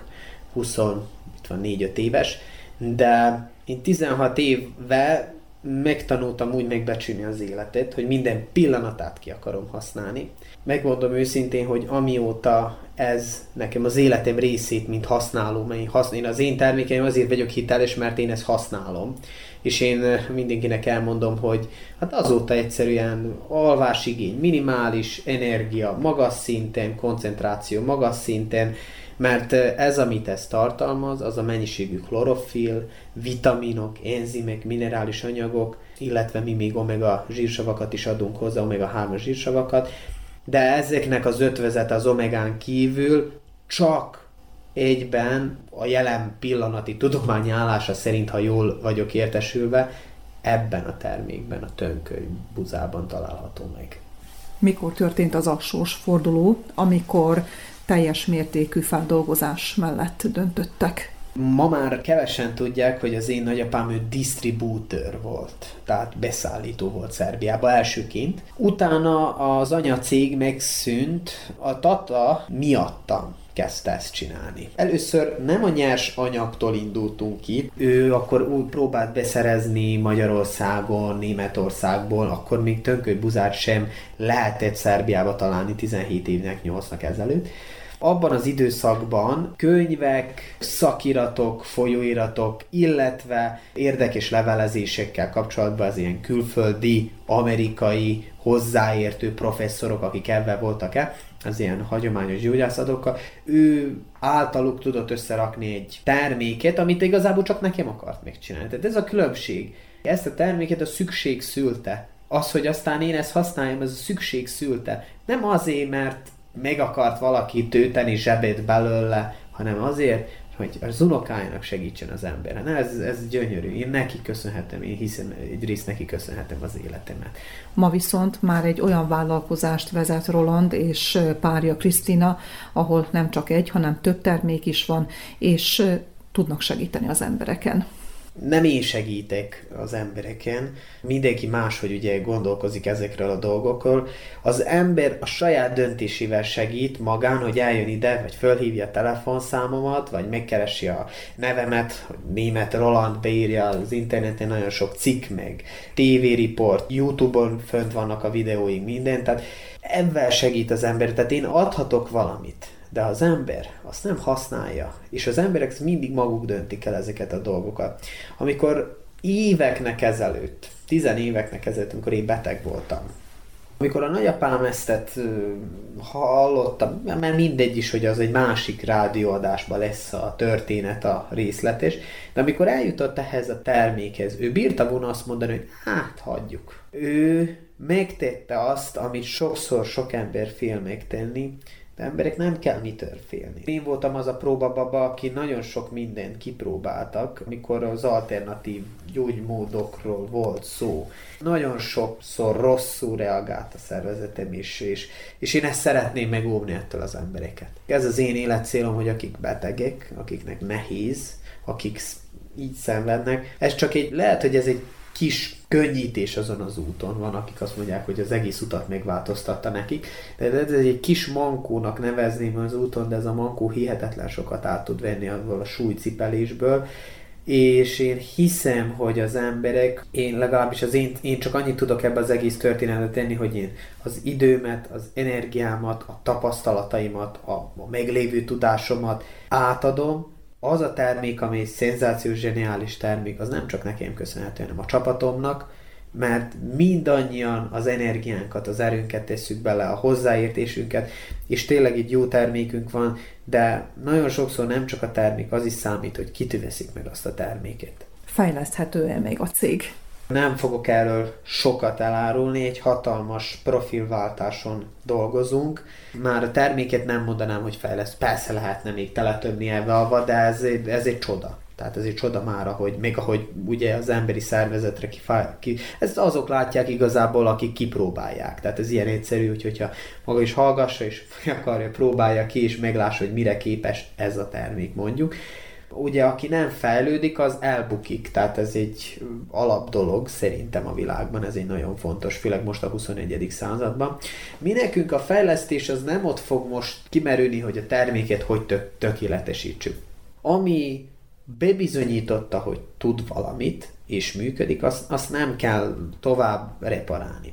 huszonnégy-öt éves, de én tizenhat éve megtanultam úgy megbecsülni az életet, hogy minden pillanatát ki akarom használni. Megmondom őszintén, hogy amióta ez nekem az életem részét, mint használó, mert én, hasz, én az én termékeim azért vagyok hiteles, mert én ezt használom. És én mindenkinek elmondom, hogy hát azóta egyszerűen alvásigény minimális, energia magas szinten, koncentráció magas szinten, mert ez, amit ez tartalmaz, az a mennyiségű klorofil, vitaminok, enzimek, minerális anyagok, illetve mi még omega zsírsavakat is adunk hozzá, omega hármas zsírsavakat, de ezeknek az ötvözete az omegán kívül csak egyben a jelen pillanati tudományi állása szerint, ha jól vagyok értesülve, ebben a termékben, a tönköly buzában található meg. Mikor történt az a sorsforduló, amikor teljes mértékű feldolgozás mellett döntöttek? Ma már kevesen tudják, hogy az én nagyapám ő disztribútőr volt, tehát beszállító volt Szerbiába elsőként. Utána az anyacég megszűnt, a tata miattam kezdte ezt csinálni. Először nem a nyers anyagtól indultunk ki, ő akkor úgy próbált beszerezni Magyarországon, Németországból, akkor még tönkölybuzát sem lehetett Szerbiába találni tizenhét évnek, nyolcnak ezelőtt. Abban az időszakban könyvek, szakiratok, folyóiratok, illetve érdekes levelezésekkel kapcsolatban az ilyen külföldi, amerikai, hozzáértő professzorok, akik ebben voltak-e, az ilyen hagyományos gyógyászadokkal, ő általuk tudott összerakni egy terméket, amit igazából csak nekem akart megcsinálni. Tehát ez a különbség. Ezt a terméket a szükség szülte. Az, hogy aztán én ezt használjam, ez a szükség szülte. Nem azért, mert meg akart valaki tölteni zsebét belőle, hanem azért, hogy az unokájának segítsen az ember. Na, ez, ez gyönyörű. Én neki köszönhetem, én hiszem, egyrészt neki köszönhetem az életemet. Ma viszont már egy olyan vállalkozást vezet Roland és párja Krisztina, ahol nem csak egy, hanem több termék is van, és tudnak segíteni az embereken. Nem én segítek az embereken, mindenki máshogy ugye gondolkozik ezekről a dolgokról. Az ember a saját döntésével segít magán, hogy eljön ide, vagy fölhívja a telefonszámomat, vagy megkeresi a nevemet, hogy német Roland beírja az interneten, nagyon sok cikk meg, tévériport, YouTube-on fönt vannak a videóink, minden, tehát ebben segít az ember, tehát én adhatok valamit. De az ember azt nem használja, és az emberek mindig maguk döntik el ezeket a dolgokat. Amikor éveknek ezelőtt, tizen éveknek ezelőtt, amikor én beteg voltam, amikor a nagyapám ezt hallottam, mert mindegy is, hogy az egy másik rádióadásban lesz a történet, a részletes, de amikor eljutott ehhez a termékhez, ő bírta volna azt mondani, hogy hát hagyjuk. Ő megtette azt, amit sokszor sok ember fél megtenni, de emberek nem kell mitől félni. Én voltam az a próbababa, aki nagyon sok mindent kipróbáltak, amikor az alternatív gyógymódokról volt szó. Nagyon sokszor rosszul reagált a szervezetem is, és, és én ezt szeretném megóvni ettől az embereket. Ez az én életcélom, hogy akik betegek, akiknek nehéz, akik így szenvednek, ez csak egy, lehet, hogy ez egy kis könnyítés azon az úton. Van, akik azt mondják, hogy az egész utat megváltoztatta nekik, de ez egy kis mankónak nevezném az úton, de ez a mankó hihetetlen sokat át tud venni abból a súlycipelésből, és én hiszem, hogy az emberek, én legalábbis az én, én csak annyit tudok ebbe az egész történetet tenni, hogy én az időmet, az energiámat, a tapasztalataimat, a, a meglévő tudásomat átadom. Az a termék, ami egy szenzációs, zseniális termék, az nem csak nekem köszönhető, hanem a csapatomnak, mert mindannyian az energiánkat, az erőnket tesszük bele, a hozzáértésünket, és tényleg egy jó termékünk van, de nagyon sokszor nem csak a termék, az is számít, hogy kitű veszik meg azt a terméket. Fejleszthető-e még a cég? Nem fogok erről sokat elárulni, egy hatalmas profilváltáson dolgozunk. Már a terméket nem mondanám, hogy fejleszt. Persze lehetne még teletöbni ebbe alva, de ez, ez egy csoda. Tehát ez egy csoda már, ahogy, még ahogy ugye az emberi szervezetre kifáj, ki, ezt azok látják igazából, akik kipróbálják. Tehát ez ilyen egyszerű, hogy, hogyha maga is hallgassa, és akarja, próbálja ki, és meglássa, hogy mire képes ez a termék, mondjuk. Ugye, aki nem fejlődik, az elbukik, tehát ez egy alap dolog szerintem a világban, ez egy nagyon fontos, főleg most a huszonegyedik században. Mi nekünk a fejlesztés az nem ott fog most kimerülni, hogy a terméket hogy tök, tökéletesítsük. Ami bebizonyította, hogy tud valamit, és működik, azt, azt nem kell tovább reparálni.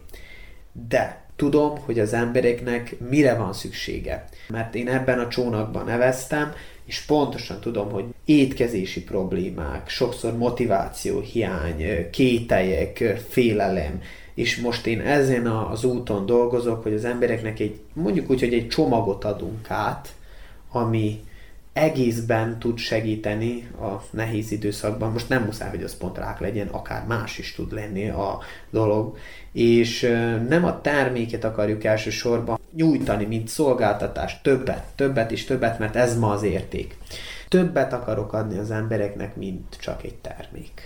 De tudom, hogy az embereknek mire van szüksége. Mert én ebben a csónakban neveztem, és pontosan tudom, hogy étkezési problémák, sokszor motiváció hiány, kételyek, félelem, és most én ezen az úton dolgozok, hogy az embereknek egy, mondjuk úgy, hogy egy csomagot adunk át, ami egészben tud segíteni a nehéz időszakban. Most nem muszáj, hogy az pont rák legyen, akár más is tud lenni a dolog. És nem a terméket akarjuk elsősorban, nyújtani, mint szolgáltatás, többet, többet és többet, mert ez ma az érték. Többet akarok adni az embereknek, mint csak egy termék.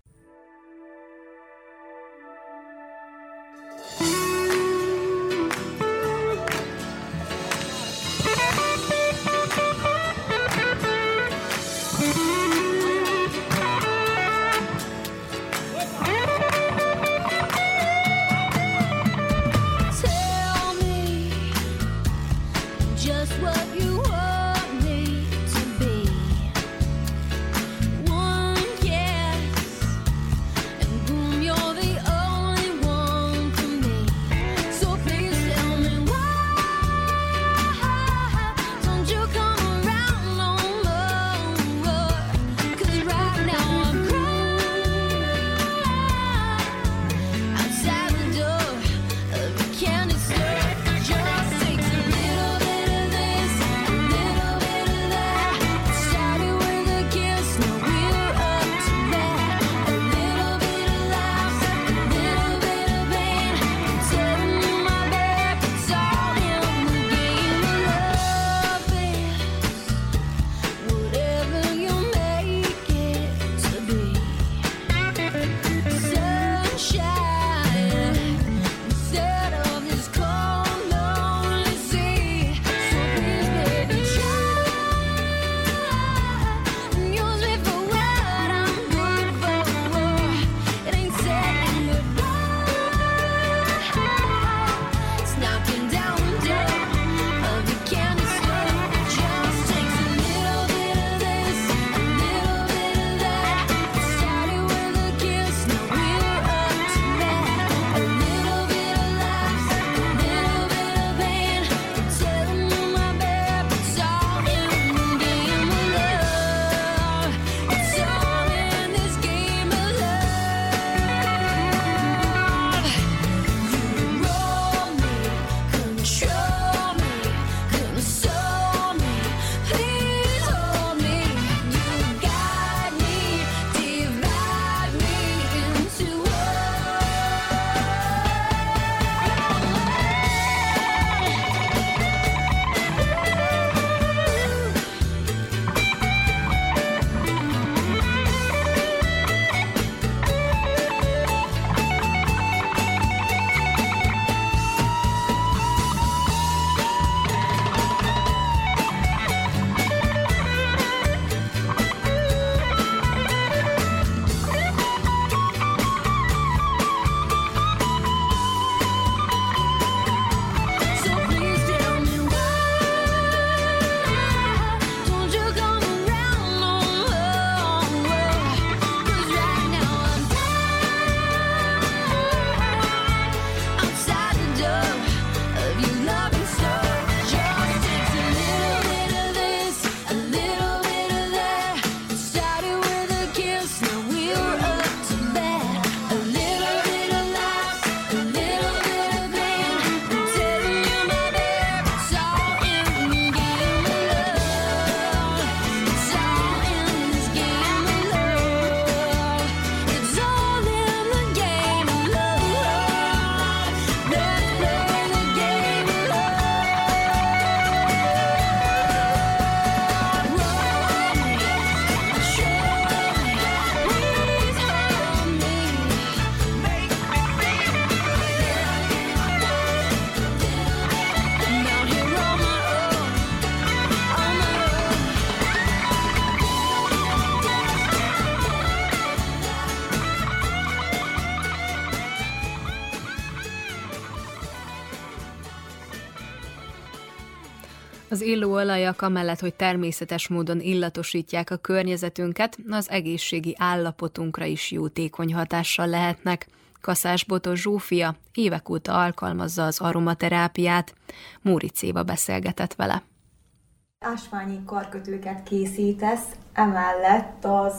Az illóolajak amellett, hogy természetes módon illatosítják a környezetünket, az egészségi állapotunkra is jótékony hatással lehetnek. Kaszás Botos Zsófia évek óta alkalmazza az aromaterápiát. Móricz Éva beszélgetett vele. Ásványi karkötőket készítesz, emellett az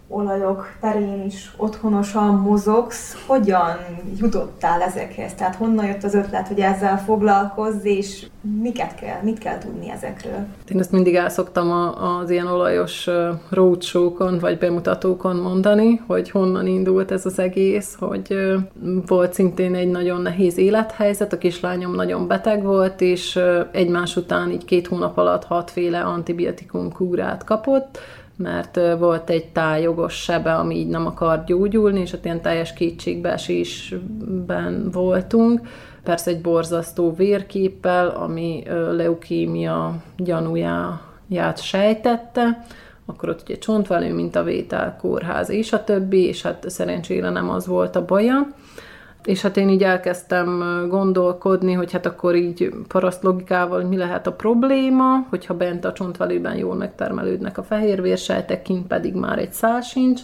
olajok terén is otthonosan mozogsz. Hogyan jutottál ezekhez? Tehát honnan jött az ötlet, hogy ezzel foglalkozz, és miket kell, mit kell tudni ezekről? Én ezt mindig el szoktam az ilyen olajos roadshow-kon, vagy bemutatókon mondani, hogy honnan indult ez az egész, hogy volt szintén egy nagyon nehéz élethelyzet, a kislányom nagyon beteg volt, és egymás után így két hónap alatt hatféle antibiotikum kúrát kapott, mert volt egy tájjogos sebe, ami így nem akar gyógyulni, és ott ilyen teljes kétségbeesésben voltunk. Persze egy borzasztó vérképpel, ami leukémia gyanúját sejtette, akkor ott ugye csontvelő, mintavétel, kórház és a többi, és hát szerencsére nem az volt a baja. És hát én így elkezdtem gondolkodni, hogy hát akkor így paraszt logikával mi lehet a probléma, hogyha bent a csontvelőben jól megtermelődnek a fehérvérsejtek, kint pedig már egy szál sincs,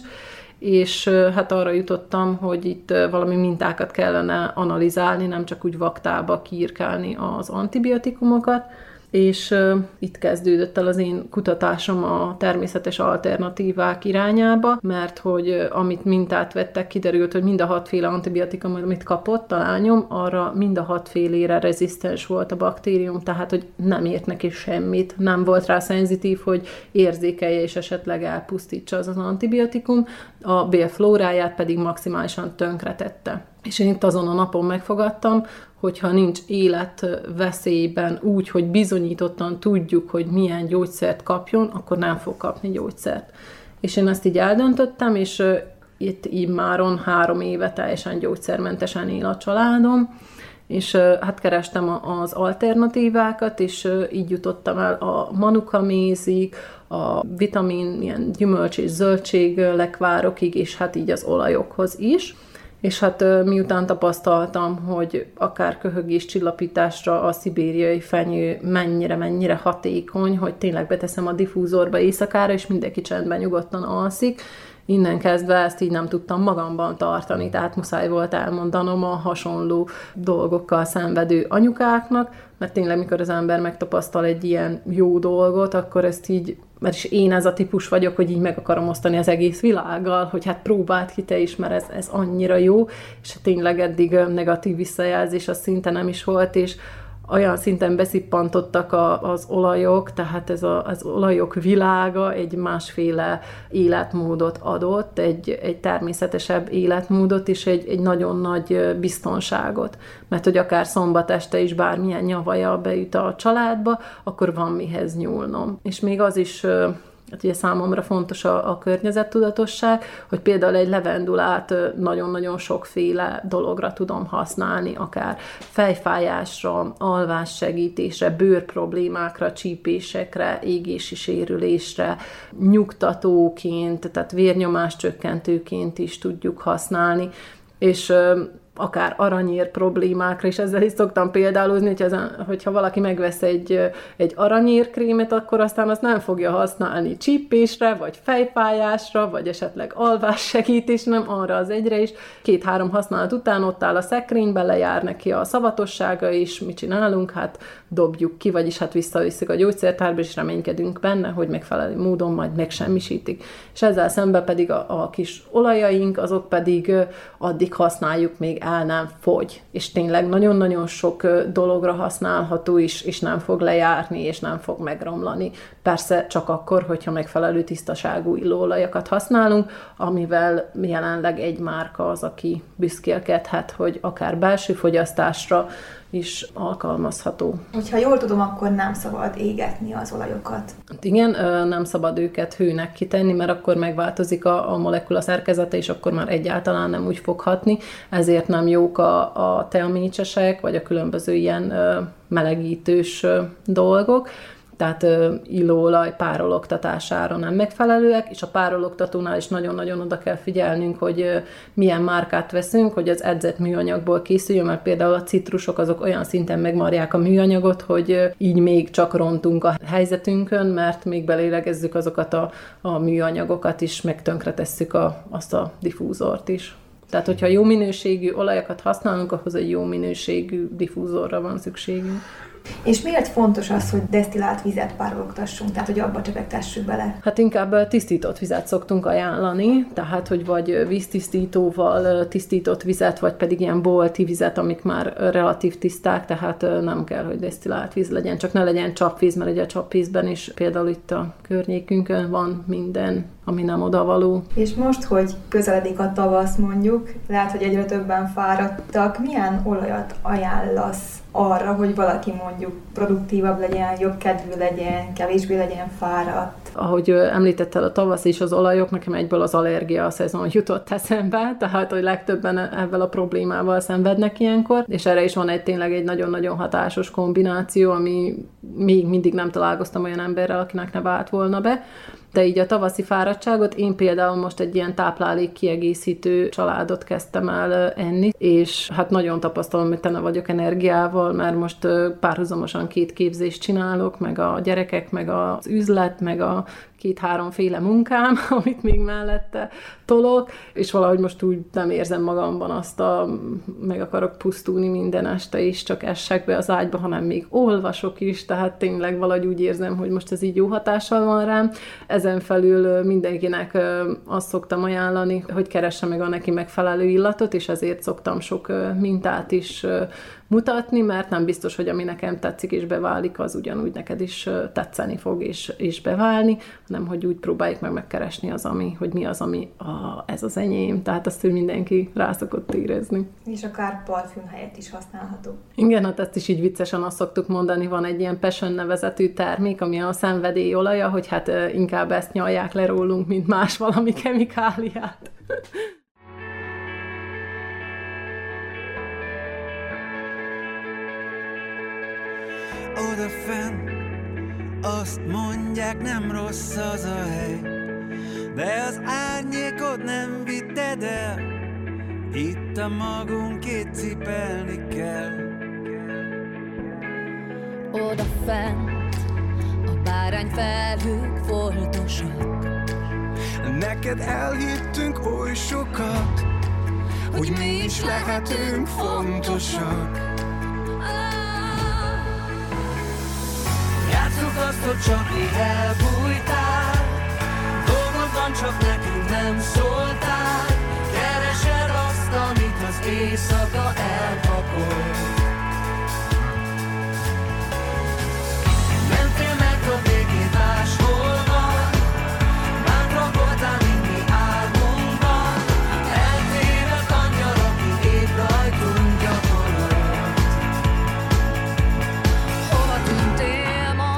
és hát arra jutottam, hogy itt valami mintákat kellene analizálni, nem csak úgy vaktába kiírkálni az antibiotikumokat, és uh, itt kezdődött el az én kutatásom a természetes alternatívák irányába, mert hogy uh, amit mintát vettek, kiderült, hogy mind a hatféle antibiotikum, amit kapott a lányom, arra mind a hatfélére rezisztens volt a baktérium, tehát hogy nem ért neki semmit, nem volt rá szenzitív, hogy érzékelje és esetleg elpusztítsa az az antibiotikum, a bélflóráját pedig maximálisan tönkretette. És én itt azon a napon megfogadtam, hogyha nincs életveszélyben úgy, hogy bizonyítottan tudjuk, hogy milyen gyógyszert kapjon, akkor nem fog kapni gyógyszert. És én ezt így eldöntöttem, és uh, itt immáron három éve teljesen gyógyszermentesen él a családom, és uh, hát kerestem az alternatívákat, és uh, így jutottam el a manukamézig, a vitamin, ilyen gyümölcs és zöldség lekvárokig, és hát így az olajokhoz is. És hát miután tapasztaltam, hogy akár köhögés csillapításra a szibériai fenyő mennyire-mennyire hatékony, hogy tényleg beteszem a diffúzorba éjszakára, és mindenki csendben nyugodtan alszik, innen kezdve ezt így nem tudtam magamban tartani, tehát muszáj volt elmondanom a hasonló dolgokkal szenvedő anyukáknak, mert tényleg mikor az ember megtapasztal egy ilyen jó dolgot, akkor ezt így, mert is én ez a típus vagyok, hogy így meg akarom osztani az egész világgal, hogy hát próbáld ki te is, mert ez, ez annyira jó, és tényleg eddig negatív visszajelzés az szinte nem is volt, és olyan szinten beszippantottak a, az olajok, tehát ez a, az olajok világa egy másféle életmódot adott, egy, egy természetesebb életmódot, és egy, egy nagyon nagy biztonságot. Mert hogy akár szombat este is bármilyen nyavaja beüt a családba, akkor van mihez nyúlnom. És még az is... Hát ugye számomra fontos a, a környezettudatosság, hogy például egy levendulát nagyon-nagyon sokféle dologra tudom használni, akár fejfájásra, alvássegítésre, bőrproblémákra, csípésekre, égési sérülésre, nyugtatóként, tehát vérnyomáscsökkentőként is tudjuk használni, és akár aranyér problémákra, és ezzel is szoktam példálozni, hogy az, hogyha valaki megvesz egy, egy aranyérkrémet, akkor aztán azt nem fogja használni csípésre, vagy fejfájásra, vagy esetleg alvássegítésre, nem arra az egyre is. Két-három használat után ott áll a szekrénybe, lejár neki a szavatossága is, mit csinálunk? Hát dobjuk ki, vagyis hát visszavisszük a gyógyszertárba, és reménykedünk benne, hogy megfelelő módon majd megsemmisítik. És ezzel szemben pedig a, a kis olajaink, azok pedig addig használjuk, még el nem fogy. És tényleg nagyon-nagyon sok dologra használható is, és nem fog lejárni, és nem fog megromlani. Persze csak akkor, hogyha megfelelő tisztaságú illóolajakat használunk, amivel jelenleg egy márka az, aki büszkélkedhet, hogy akár belső fogyasztásra is alkalmazható. Hogyha jól tudom, akkor nem szabad égetni az olajokat. Igen, nem szabad őket hőnek kitenni, mert akkor megváltozik a, a molekula szerkezete, és akkor már egyáltalán nem úgy fog hatni, ezért nem jók a, a teamécsesek, vagy a különböző ilyen melegítős dolgok. Tehát illóolaj párologtatására nem megfelelőek, és a párologtatónál is nagyon-nagyon oda kell figyelnünk, hogy milyen márkát veszünk, hogy az edzett műanyagból készüljön, mert például a citrusok azok olyan szinten megmarják a műanyagot, hogy így még csak rontunk a helyzetünkön, mert még belélegezzük azokat a, a műanyagokat is, meg tönkretesszük a, azt a diffúzort is. Tehát, hogyha jó minőségű olajakat használunk, ahhoz egy jó minőségű diffúzorra van szükségünk. És miért fontos az, hogy desztillált vizet párologtassunk, tehát hogy abba csepegtessük bele? Hát inkább tisztított vizet szoktunk ajánlani, tehát hogy vagy víztisztítóval tisztított vizet, vagy pedig ilyen bolti vizet, amik már relatív tiszták, tehát nem kell, hogy desztillált víz legyen, csak ne legyen csapvíz, mert ugye a csapvízben is például itt a környékünkön van minden, ami nem odavaló. És most, hogy közeledik a tavasz mondjuk, lehet, hogy egyre többen fáradtak, milyen olajat ajánlasz arra, hogy valaki mondjuk produktívabb legyen, jobb kedvű legyen, kevésbé legyen fáradt? Ahogy említettel a tavasz és az olajok, nekem egyből az allergia a szezon jutott eszembe, tehát hogy legtöbben ebben a problémával szenvednek ilyenkor, és erre is van egy tényleg egy nagyon-nagyon hatásos kombináció, ami még mindig nem találkoztam olyan emberrel, akinek ne vált volna be. De így a tavaszi fáradtságot, én például most egy ilyen táplálék kiegészítő családot kezdtem el enni, és hát nagyon tapasztalom, hogy tele vagyok energiával, mert most párhuzamosan két képzést csinálok, meg a gyerekek, meg az üzlet, meg a két-háromféle munkám, amit még mellette tolok, és valahogy most úgy nem érzem magamban azt a, meg akarok pusztulni minden este is, csak essek be az ágyba, hanem még olvasok is, tehát tényleg valahogy úgy érzem, hogy most ez így jó hatással van rám. Ezen felül mindenkinek azt szoktam ajánlani, hogy keresse meg a neki megfelelő illatot, és ezért szoktam sok mintát is mutatni, mert nem biztos, hogy ami nekem tetszik és beválik, az ugyanúgy neked is tetszeni fog és, és beválni, hanem hogy úgy próbáljuk meg megkeresni az, ami, hogy mi az, ami a, ez az enyém, tehát azt, hogy mindenki rá szokott érezni. És akár parfüm helyett is használható. Igen, hát ezt is így viccesen azt szoktuk mondani, van egy ilyen Passion nevezetű termék, ami a szenvedély olaja, hogy hát inkább ezt nyalják le rólunk, mint más valami kemikáliát. Odafenn azt mondják, nem rossz az a hely, de az árnyékot nem vitted el, itt a magunkét cipelni kell. Odafent a bárányfelhők foltosak, neked elhittünk oly sokat, hogy mi is lehetünk fontosak. Játsszuk azt, hogy csak így elbújtál, dolgod van, csak nekünk nem szóltál. Keresed azt, amit az éjszaka elpakol. Mentél metró végén máshol van, bántra voltál, mint mi álmunkban. Eltévedt angyal, aki épp rajtunk gyakorolt. Hova tűntél ma?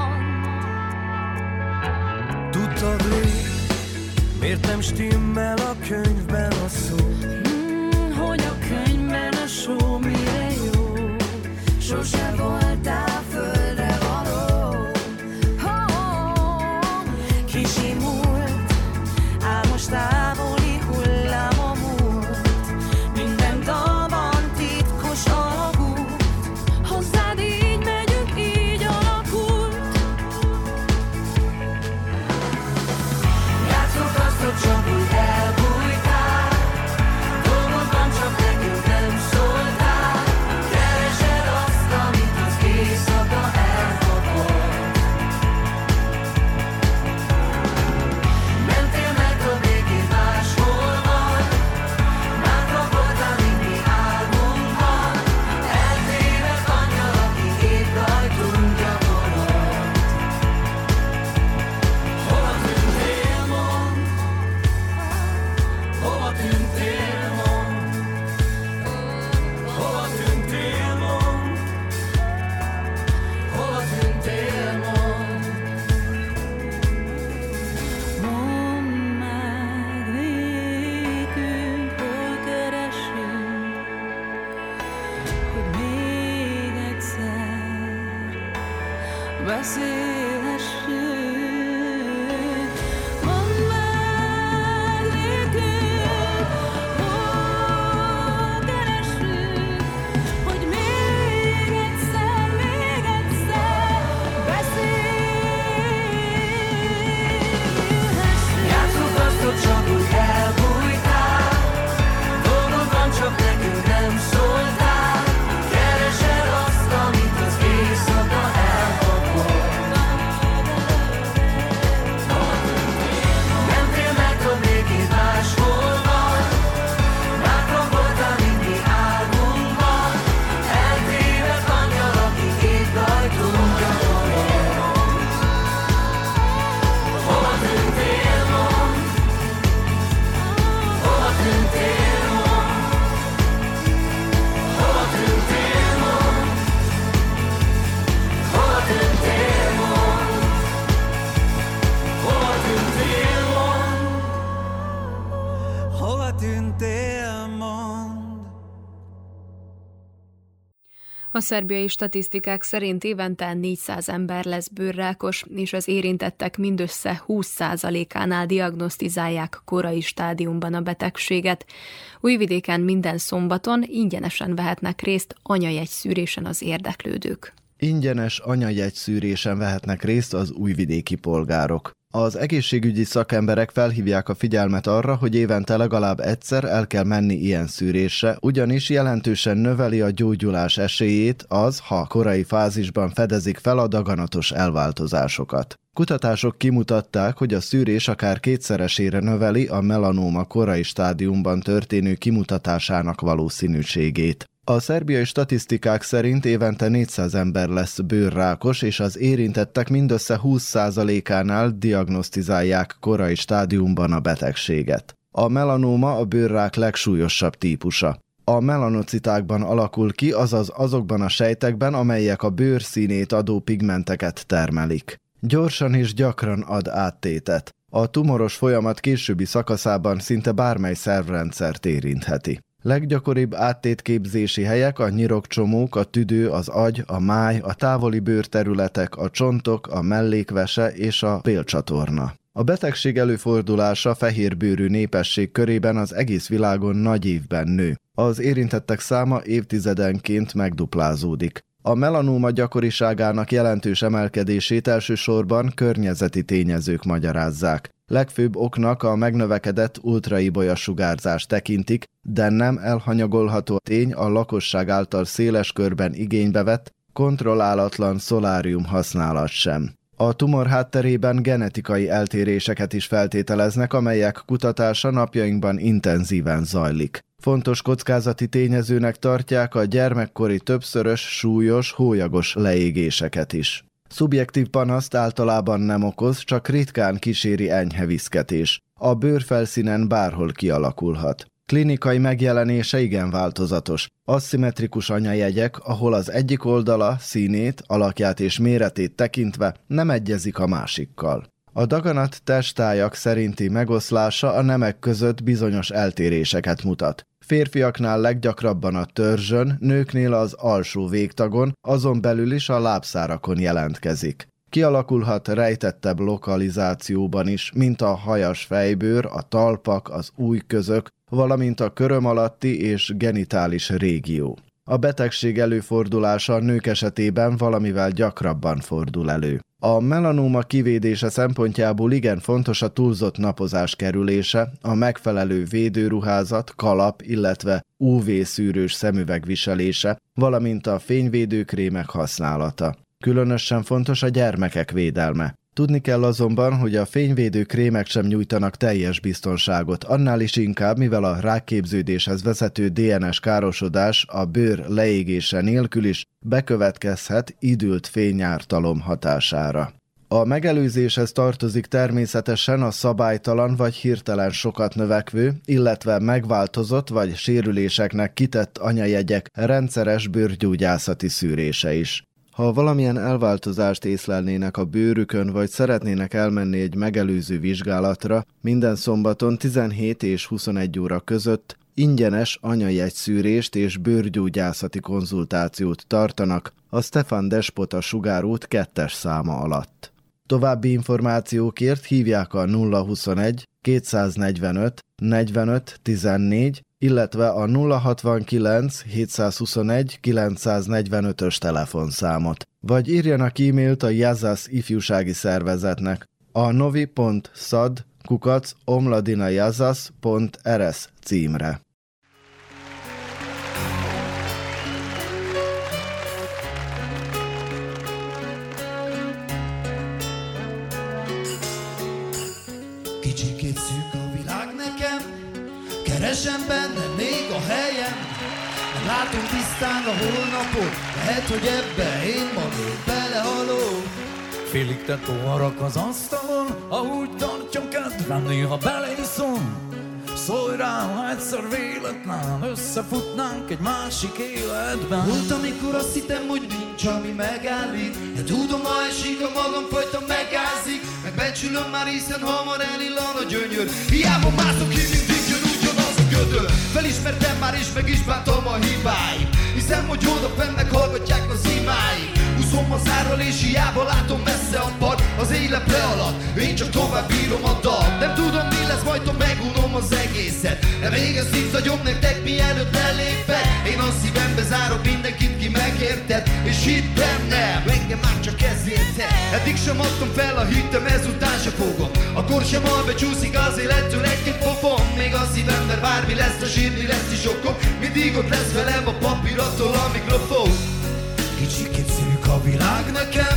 Tudtad rég, miért nem stimmel a könyvben a szó? Hmm, hogy a könyvben a só mire jó? Sose voltál földre való. Oh, oh, kisimult, álmos távoli hullám a múlt. Minden dalban titkos alagút, hozzád így megyünk, így alakult. Játsszuk azt, hogy csak úgy elbújtál, dolgod van, csak nekünk nem szóltál. Keresed azt, amit az éjszaka elkapott. Mentél metró végén máshol van, bántra voltál, mint mi álmunkban. Eltévedt angyal, aki épp rajtunk gyakorolt. Hova tűntél, mond? Hova tűntél, mond? Hova tűntél, mond? Hova tűntél, mond? Mondd meg végünk, hol keresünk, hogy még egyszer beszélhessünk. Mondd meg végünk, hol keresünk, hogy még egyszer, még egyszer beszélhessünk. Játsszuk azt, hogy csak úgy elbújtál, dolgod van, csak nekünk nem szóltál. Keresed azt, amit az éjszaka tűntél, mond. A szerbiai statisztikák szerint évente négyszáz ember lesz bőrrákos, és az érintettek mindössze húsz százalékánál diagnosztizálják korai stádiumban a betegséget. Újvidéken minden szombaton ingyenesen vehetnek részt anyajegyszűrésen az érdeklődők. Ingyenes anyajegyszűrésen vehetnek részt az újvidéki polgárok. Az egészségügyi szakemberek felhívják a figyelmet arra, hogy évente legalább egyszer el kell menni ilyen szűrésre, ugyanis jelentősen növeli a gyógyulás esélyét az, ha korai fázisban fedezik fel a daganatos elváltozásokat. Kutatások kimutatták, hogy a szűrés akár kétszeresére növeli a melanóma korai stádiumban történő kimutatásának valószínűségét. A szerbiai statisztikák szerint évente négyszáz ember lesz bőrrákos, és az érintettek mindössze húsz százalékánál diagnosztizálják korai stádiumban a betegséget. A melanóma a bőrrák legsúlyosabb típusa. A melanocitákban alakul ki, azaz azokban a sejtekben, amelyek a bőr színét adó pigmenteket termelik. Gyorsan és gyakran ad áttétet. A tumoros folyamat későbbi szakaszában szinte bármely szervrendszert érintheti. Leggyakoribb áttétképzési helyek a nyirokcsomók, a tüdő, az agy, a máj, a távoli bőrterületek, a csontok, a mellékvese és a bélcsatorna. A betegség előfordulása fehérbőrű népesség körében az egész világon nagy évben nő. Az érintettek száma évtizedenként megduplázódik. A melanóma gyakoriságának jelentős emelkedését elsősorban környezeti tényezők magyarázzák. Legfőbb oknak a megnövekedett ultraibolya-sugárzást tekintik, de nem elhanyagolható tény a lakosság által széles körben igénybe vett, kontrollálatlan szolárium használat sem. A tumor hátterében genetikai eltéréseket is feltételeznek, amelyek kutatása napjainkban intenzíven zajlik. Fontos kockázati tényezőnek tartják a gyermekkori többszörös, súlyos, hólyagos leégéseket is. Szubjektív panaszt általában nem okoz, csak ritkán kíséri enyhe viszketés. A bőrfelszínen bárhol kialakulhat. Klinikai megjelenése igen változatos. Aszimmetrikus anyajegyek, ahol az egyik oldala színét, alakját és méretét tekintve nem egyezik a másikkal. A daganat testtájak szerinti megoszlása a nemek között bizonyos eltéréseket mutat. Férfiaknál leggyakrabban a törzsön, nőknél az alsó végtagon, azon belül is a lábszárakon jelentkezik. Kialakulhat rejtettebb lokalizációban is, mint a hajas fejbőr, a talpak, az ujjközök, valamint a köröm alatti és genitális régió. A betegség előfordulása a nők esetében valamivel gyakrabban fordul elő. A melanóma kivédése szempontjából igen fontos a túlzott napozás kerülése, a megfelelő védőruházat, kalap, illetve ú vé-szűrős szemüveg viselése, valamint a fényvédőkrémek használata. Különösen fontos a gyermekek védelme. Tudni kell azonban, hogy a fényvédő krémek sem nyújtanak teljes biztonságot, annál is inkább, mivel a rákképződéshez vezető dé en es károsodás a bőr leégése nélkül is bekövetkezhet idült fényártalom hatására. A megelőzéshez tartozik természetesen a szabálytalan vagy hirtelen sokat növekvő, illetve megváltozott vagy sérüléseknek kitett anyajegyek rendszeres bőrgyógyászati szűrése is. Ha valamilyen elváltozást észlelnének a bőrükön, vagy szeretnének elmenni egy megelőző vizsgálatra, minden szombaton tizenhét és huszonegy óra között ingyenes anyajegyszűrést és bőrgyógyászati konzultációt tartanak a Stefan Despota sugárút kettes száma alatt. További információkért hívják a nulla huszonegy kétszáznegyvenöt negyvenöt tizennégy, illetve a nulla hatvankilenc hétszázhuszonegy kilencszáznegyvenötös telefonszámot, vagy írjanak e-mailt a Jazas ifjúsági szervezetnek a novi pont sad kukac omladinajazas pont rs címre. Kicsikét szűk a világ nekem, keresem benne még a helyem. Nem látom tisztán a holnapot, lehet, hogy ebbe én magam belehalok. Félig tett poharak az asztalon, ahogy tartja kedvem, néha beleiszom. Szólj rám, ha egyszer véletlen összefutnánk egy másik életben. Volt, amikor azt hittem, hogy nincs, ami megállít, de tudom, ha esik a magam fajta megázik. Megbecsülöm már, hiszen hamar elillan a gyönyör. Hiába mászok ki, mindig jön ugyanaz a gör. ködöm. Felismertem már és meg is bántam a hibáim. Hiszem, hogy oda fenn meghallgatják az imáim. Úszom az árral és hiába látom messze a part az éleple alatt. Én csak tovább bírom a dalt. Nem tudom mi lesz, majd megunom az egészet. De még ezt itt hagyom nektek mielőtt lelépek. Én a szívembe zárok mindenkit, ki megérted. És hidd bennem, engem már csak ez érte. Eddig sem adtam fel a hittem, ezután se fogom. Akkor sem albecsúszik az élettől egy-két pofon. Még a szívemben bármi lesz, a zsírni lesz is okom. Mindig ott lesz velem a papírattól a mikrofon. Kicsikét szűk a világ nekem,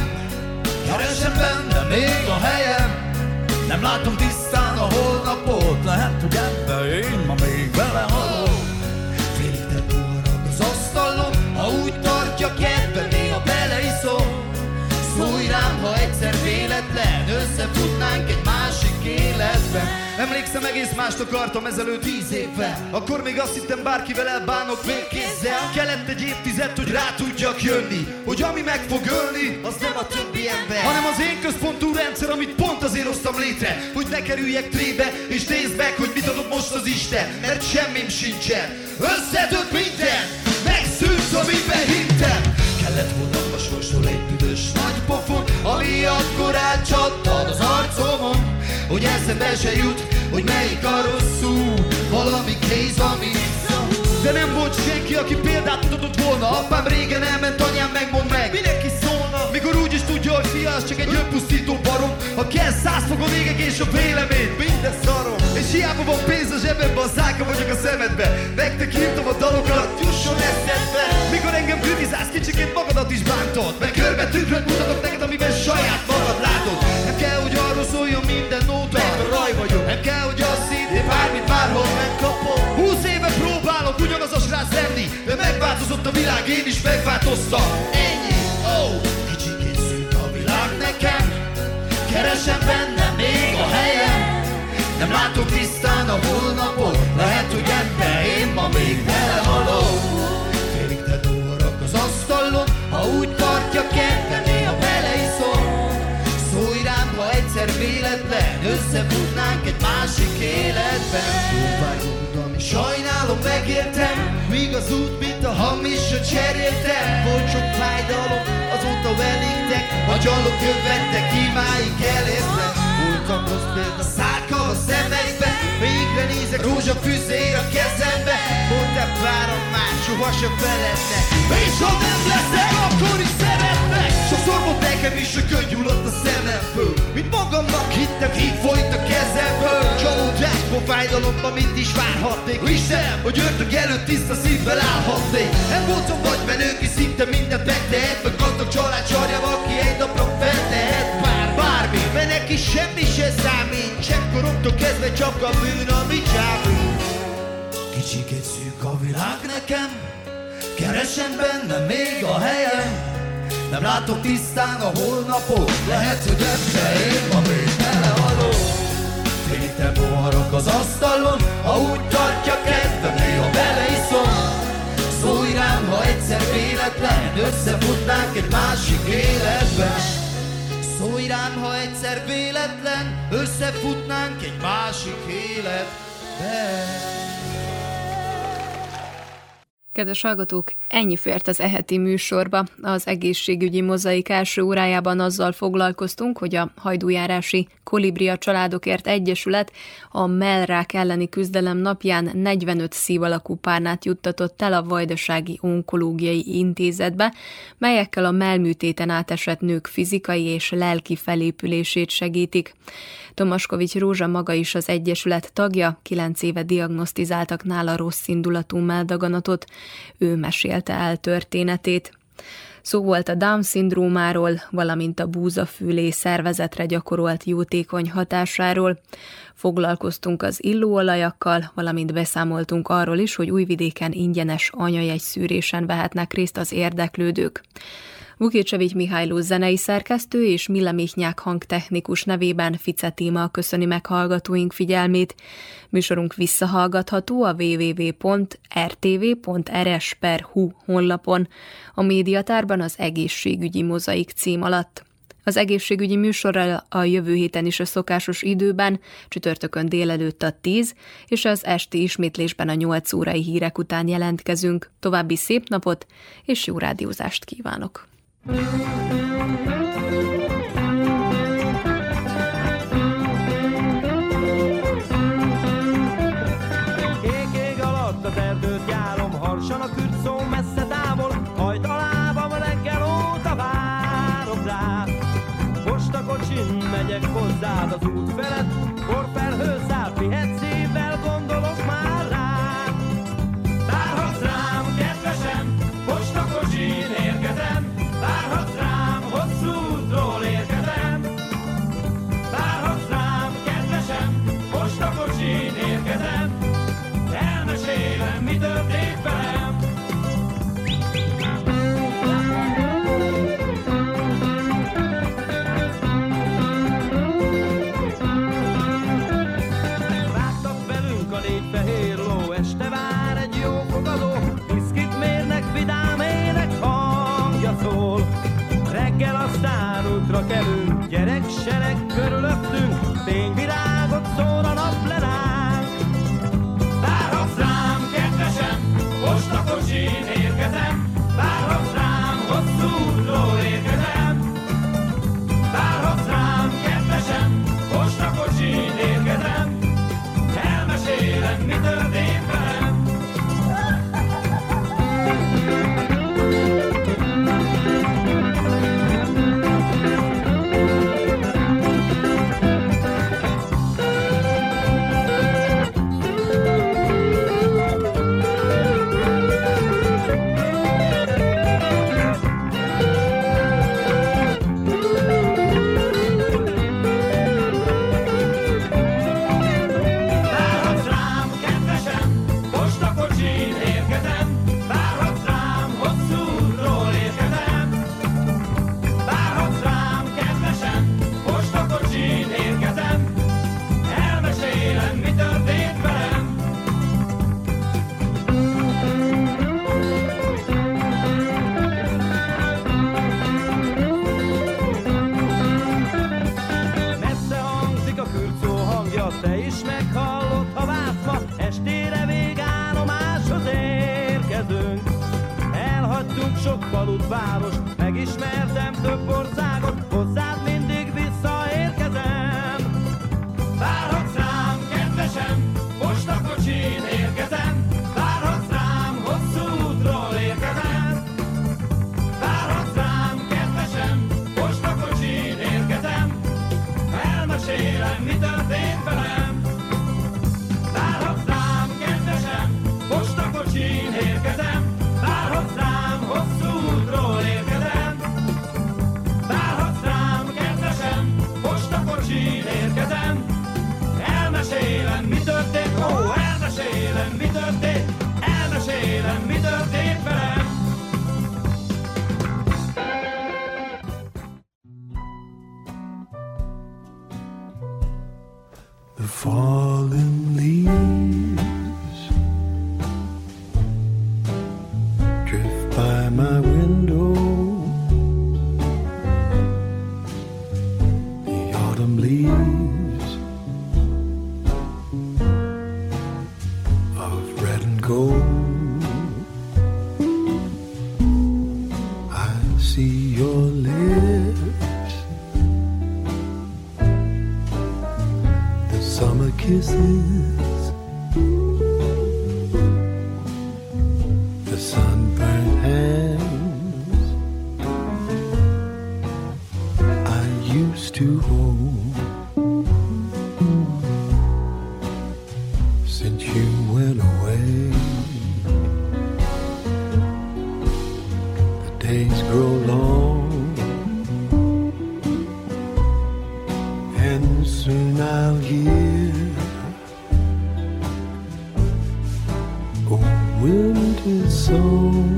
keresem benne még a helyem. Nem látom tisztán a holnapot, lehet, hogy ebbe én ma még belehalok. Félig tett poharak az asztalon, ha úgy tartja kedve, néha beleiszom. Szólj rám, ha egyszer véletlen összefutnánk egy másik életben. Emlékszem, egész mást akartam ezelőtt tíz évvel. Akkor még azt hittem, bárkivel elbánok végkézzel. Kellett egy évtized, hogy rá tudjak jönni, hogy ami meg fog ölni, az nem a többi ember, hanem az én központú rendszer, amit pont azért hoztam létre, hogy ne kerüljek trébe, és nézd meg, hogy mit adott most az Isten. Mert semmim sincsen, összedött minden, megszűnt, amiben hittem. Kellett volna a sorstól egy büdös nagy pofon, ami akkor átcsattad az arcomon, hogy eszembe se jut, hogy melyik a rosszú, valami kéz, ami de nem volt senki, aki példát mutatott volna. Apám régen elment, anyám megmond meg, mindenki szólna, mikor úgy is tudja, hogy fia, az csak egy önpusztító barom. Ha kell, száz fokon égek és a vélemény, minden szarom. És hiába van pénz a zsebembe, a száka vagyok a szemedbe. Nektek írtam a dalokat, jusson eszedbe. Mikor engem kritizálsz, kicsikét magadat is bántod, meg körbe tükröt mutatok neked, amiben saját magad látod. Nem kell, hogy arról szóljon minden nóta, mert raj vagyok. Nem kell, hogy azt hidd, bármit bárhol megkapom. Húsz éve próbálok ugyanaz a srác lenni, de megváltozott a világ, én is megváltoztam. Ennyi, oh, kicsikét szűk a világ nekem, keresem benne még a helyem. Nem látom tisztán a holnapot, lehet, hogy ebbe én ma még belehalok. Félig tett poharak az asztalon, ha úgy tartja kedve, néha beleiszom. Szólj rám, ha egyszer véletlen összefutnánk egy másik életben. Próbálkodom, sajnálom, megértem, míg az út, mint a hamisra cseréltem. Volt sok fájdalom, azóta elégtek, a gyalog követtek, imáig elértek. Voltam rossz példa, szárka a szemekbe, végre nézek, rózsafűzér a kezembe. Volt-e várom már, sohasem felednek, és ha nem leszek, akkor is szeretnek. Sokszor volt nekem is, hogy könnyúlott a szememből, mint magamnak hittem, így folyt a kezemből. Csalódásból, fájdalomban mit is várhatnék, hiszem, hogy ördög előtt tiszta szívvel állhatnék. Nem voltam vagy menők, ki szinte mindent megtehet, meg gazdag család sarjával, ki egy napra feltehet. Bár bármi, mert neki semmi se számít, sem koromtól kezdve csak a bűn, ami csábít. Kicsikét szűk a világ nekem, keresem benne még a helyem. Nem látok tisztán a holnapot, lehet, hogy ebbe én ma még belehalok. Félig tett poharak az asztalon, ha úgy tartja kedve, néha beleiszom. Szólj rám, ha egyszer véletlen összefutnánk egy másik életben. Szólj rám, ha egyszer véletlen összefutnánk egy másik életben. Kedves hallgatók, ennyi fért az e heti műsorba. Az egészségügyi mozaik első órájában azzal foglalkoztunk, hogy a hajdújárási Kolibria Családokért Egyesület a mellrák elleni küzdelem napján negyvenöt szív alakú párnát juttatott el a Vajdasági Onkológiai Intézetbe, melyekkel a mellműtéten átesett nők fizikai és lelki felépülését segítik. Tomaskovics Rózsa maga is az egyesület tagja, kilenc éve diagnosztizáltak nála rosszindulatú melldaganatot. Ő mesélte el történetét. Szó volt a Down-szindrómáról, valamint a búzafülé szervezetre gyakorolt jótékony hatásáról. Foglalkoztunk az illóolajakkal, valamint beszámoltunk arról is, hogy Újvidéken ingyenes anyajegyszűrésen vehetnek részt az érdeklődők. Vukicevics Mihályló zenei szerkesztő és Mille Michnyák hangtechnikus nevében Fice Tíma köszöni meg hallgatóink figyelmét. Műsorunk visszahallgatható a double-u double-u double-u pont r t v pont r s pont h u honlapon, a médiatárban az egészségügyi mozaik cím alatt. Az egészségügyi műsorral a jövő héten is a szokásos időben, csütörtökön délelőtt a tíz, és az esti ismétlésben a nyolc órai hírek után jelentkezünk. További szép napot és jó rádiózást kívánok! Kék ég alatt az erdőt járom, harsan a kürt szó messze távol, hajt a lábam reggel óta várom rá. Postakocsin megyek hozzád az út felett, borfelhő száll, pihenc szívvel gondolok már rád. Várhatsz rám, kedvesem, postakocsin érkezem, várhatsz rám, hosszú útról érkezem. Várhatsz rám, kedvesem, postakocsin érkezem, elmesélem, mi történt velem. Vágtak velünk a négy fehér ló, este vár egy jó fogadó, viszkit mérnek, vidám ének hangja szól. Reggel aztán útra kelünk, gyereksereg körülöttünk, fényvirágot szól a nap le ránk. Várhatsz rám, kedvesem, postakocsin érkezem, várhatsz rám, hosszú útról érkezem. Várhatsz rám, kedvesem, postakocsin érkezem, elmesélem, mi történt velem. Várhatsz rám, kedvesem, postakocsin érkezem, várhatsz rám, hosszú útról érkezem. Várhatsz rám, kedvesem, postakocsin érkezem, elmesélem, mi történt velem. Messze hangzik a kürtszó hangja, te is meghallod, ha vársz ma, estére végállomáshoz érkezünk. Elhagytunk sok falut, város, megismertem több országot, hozzád mindig visszaérkezem. Várhatsz rám, kedvesem, postakocsin érkezem, várhatsz rám, hosszú útról érkezem. Várhatsz rám, kedvesem, postakocsin érkezem, elmesélem, mi történt velem. Várhatsz rám, kedvesem, postakocsin érkezem, várhatsz rám, hosszú útról érkezem. Várhatsz rám, kedvesem, postakocsin érkezem, elmesélem, mi történt, ó, elmesélem, mi történt, elmesélem, mi történt velem. The fallen leaves drift by my window. The autumn leaves of red and gold. I see your lips, the summer kisses, the sunburned hands I used to hold. Since you went away, the days grow long, and soon I'll hear a winter song.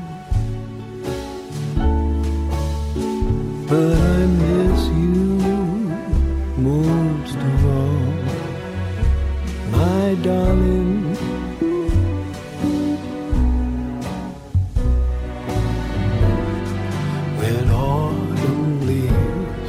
But I miss you most of all, my darling. When autumn leaves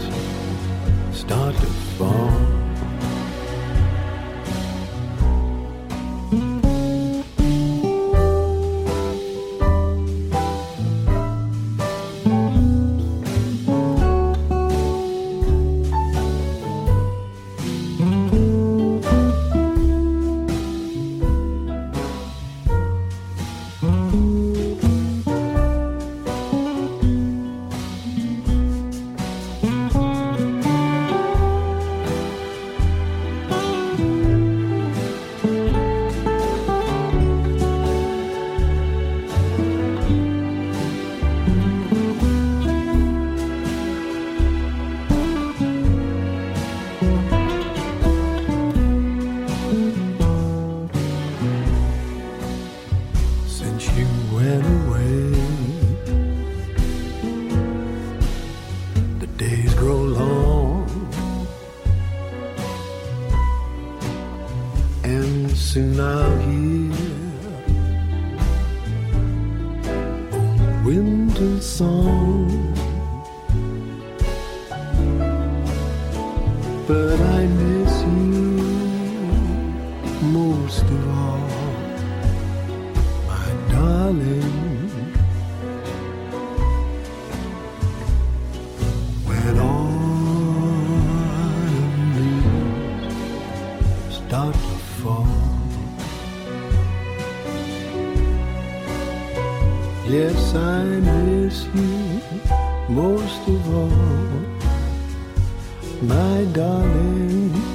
and soon I'll hear a winter song. But I miss you most of all, my darling. When autumn leaves start to fall, yes, I miss you most of all, my darling.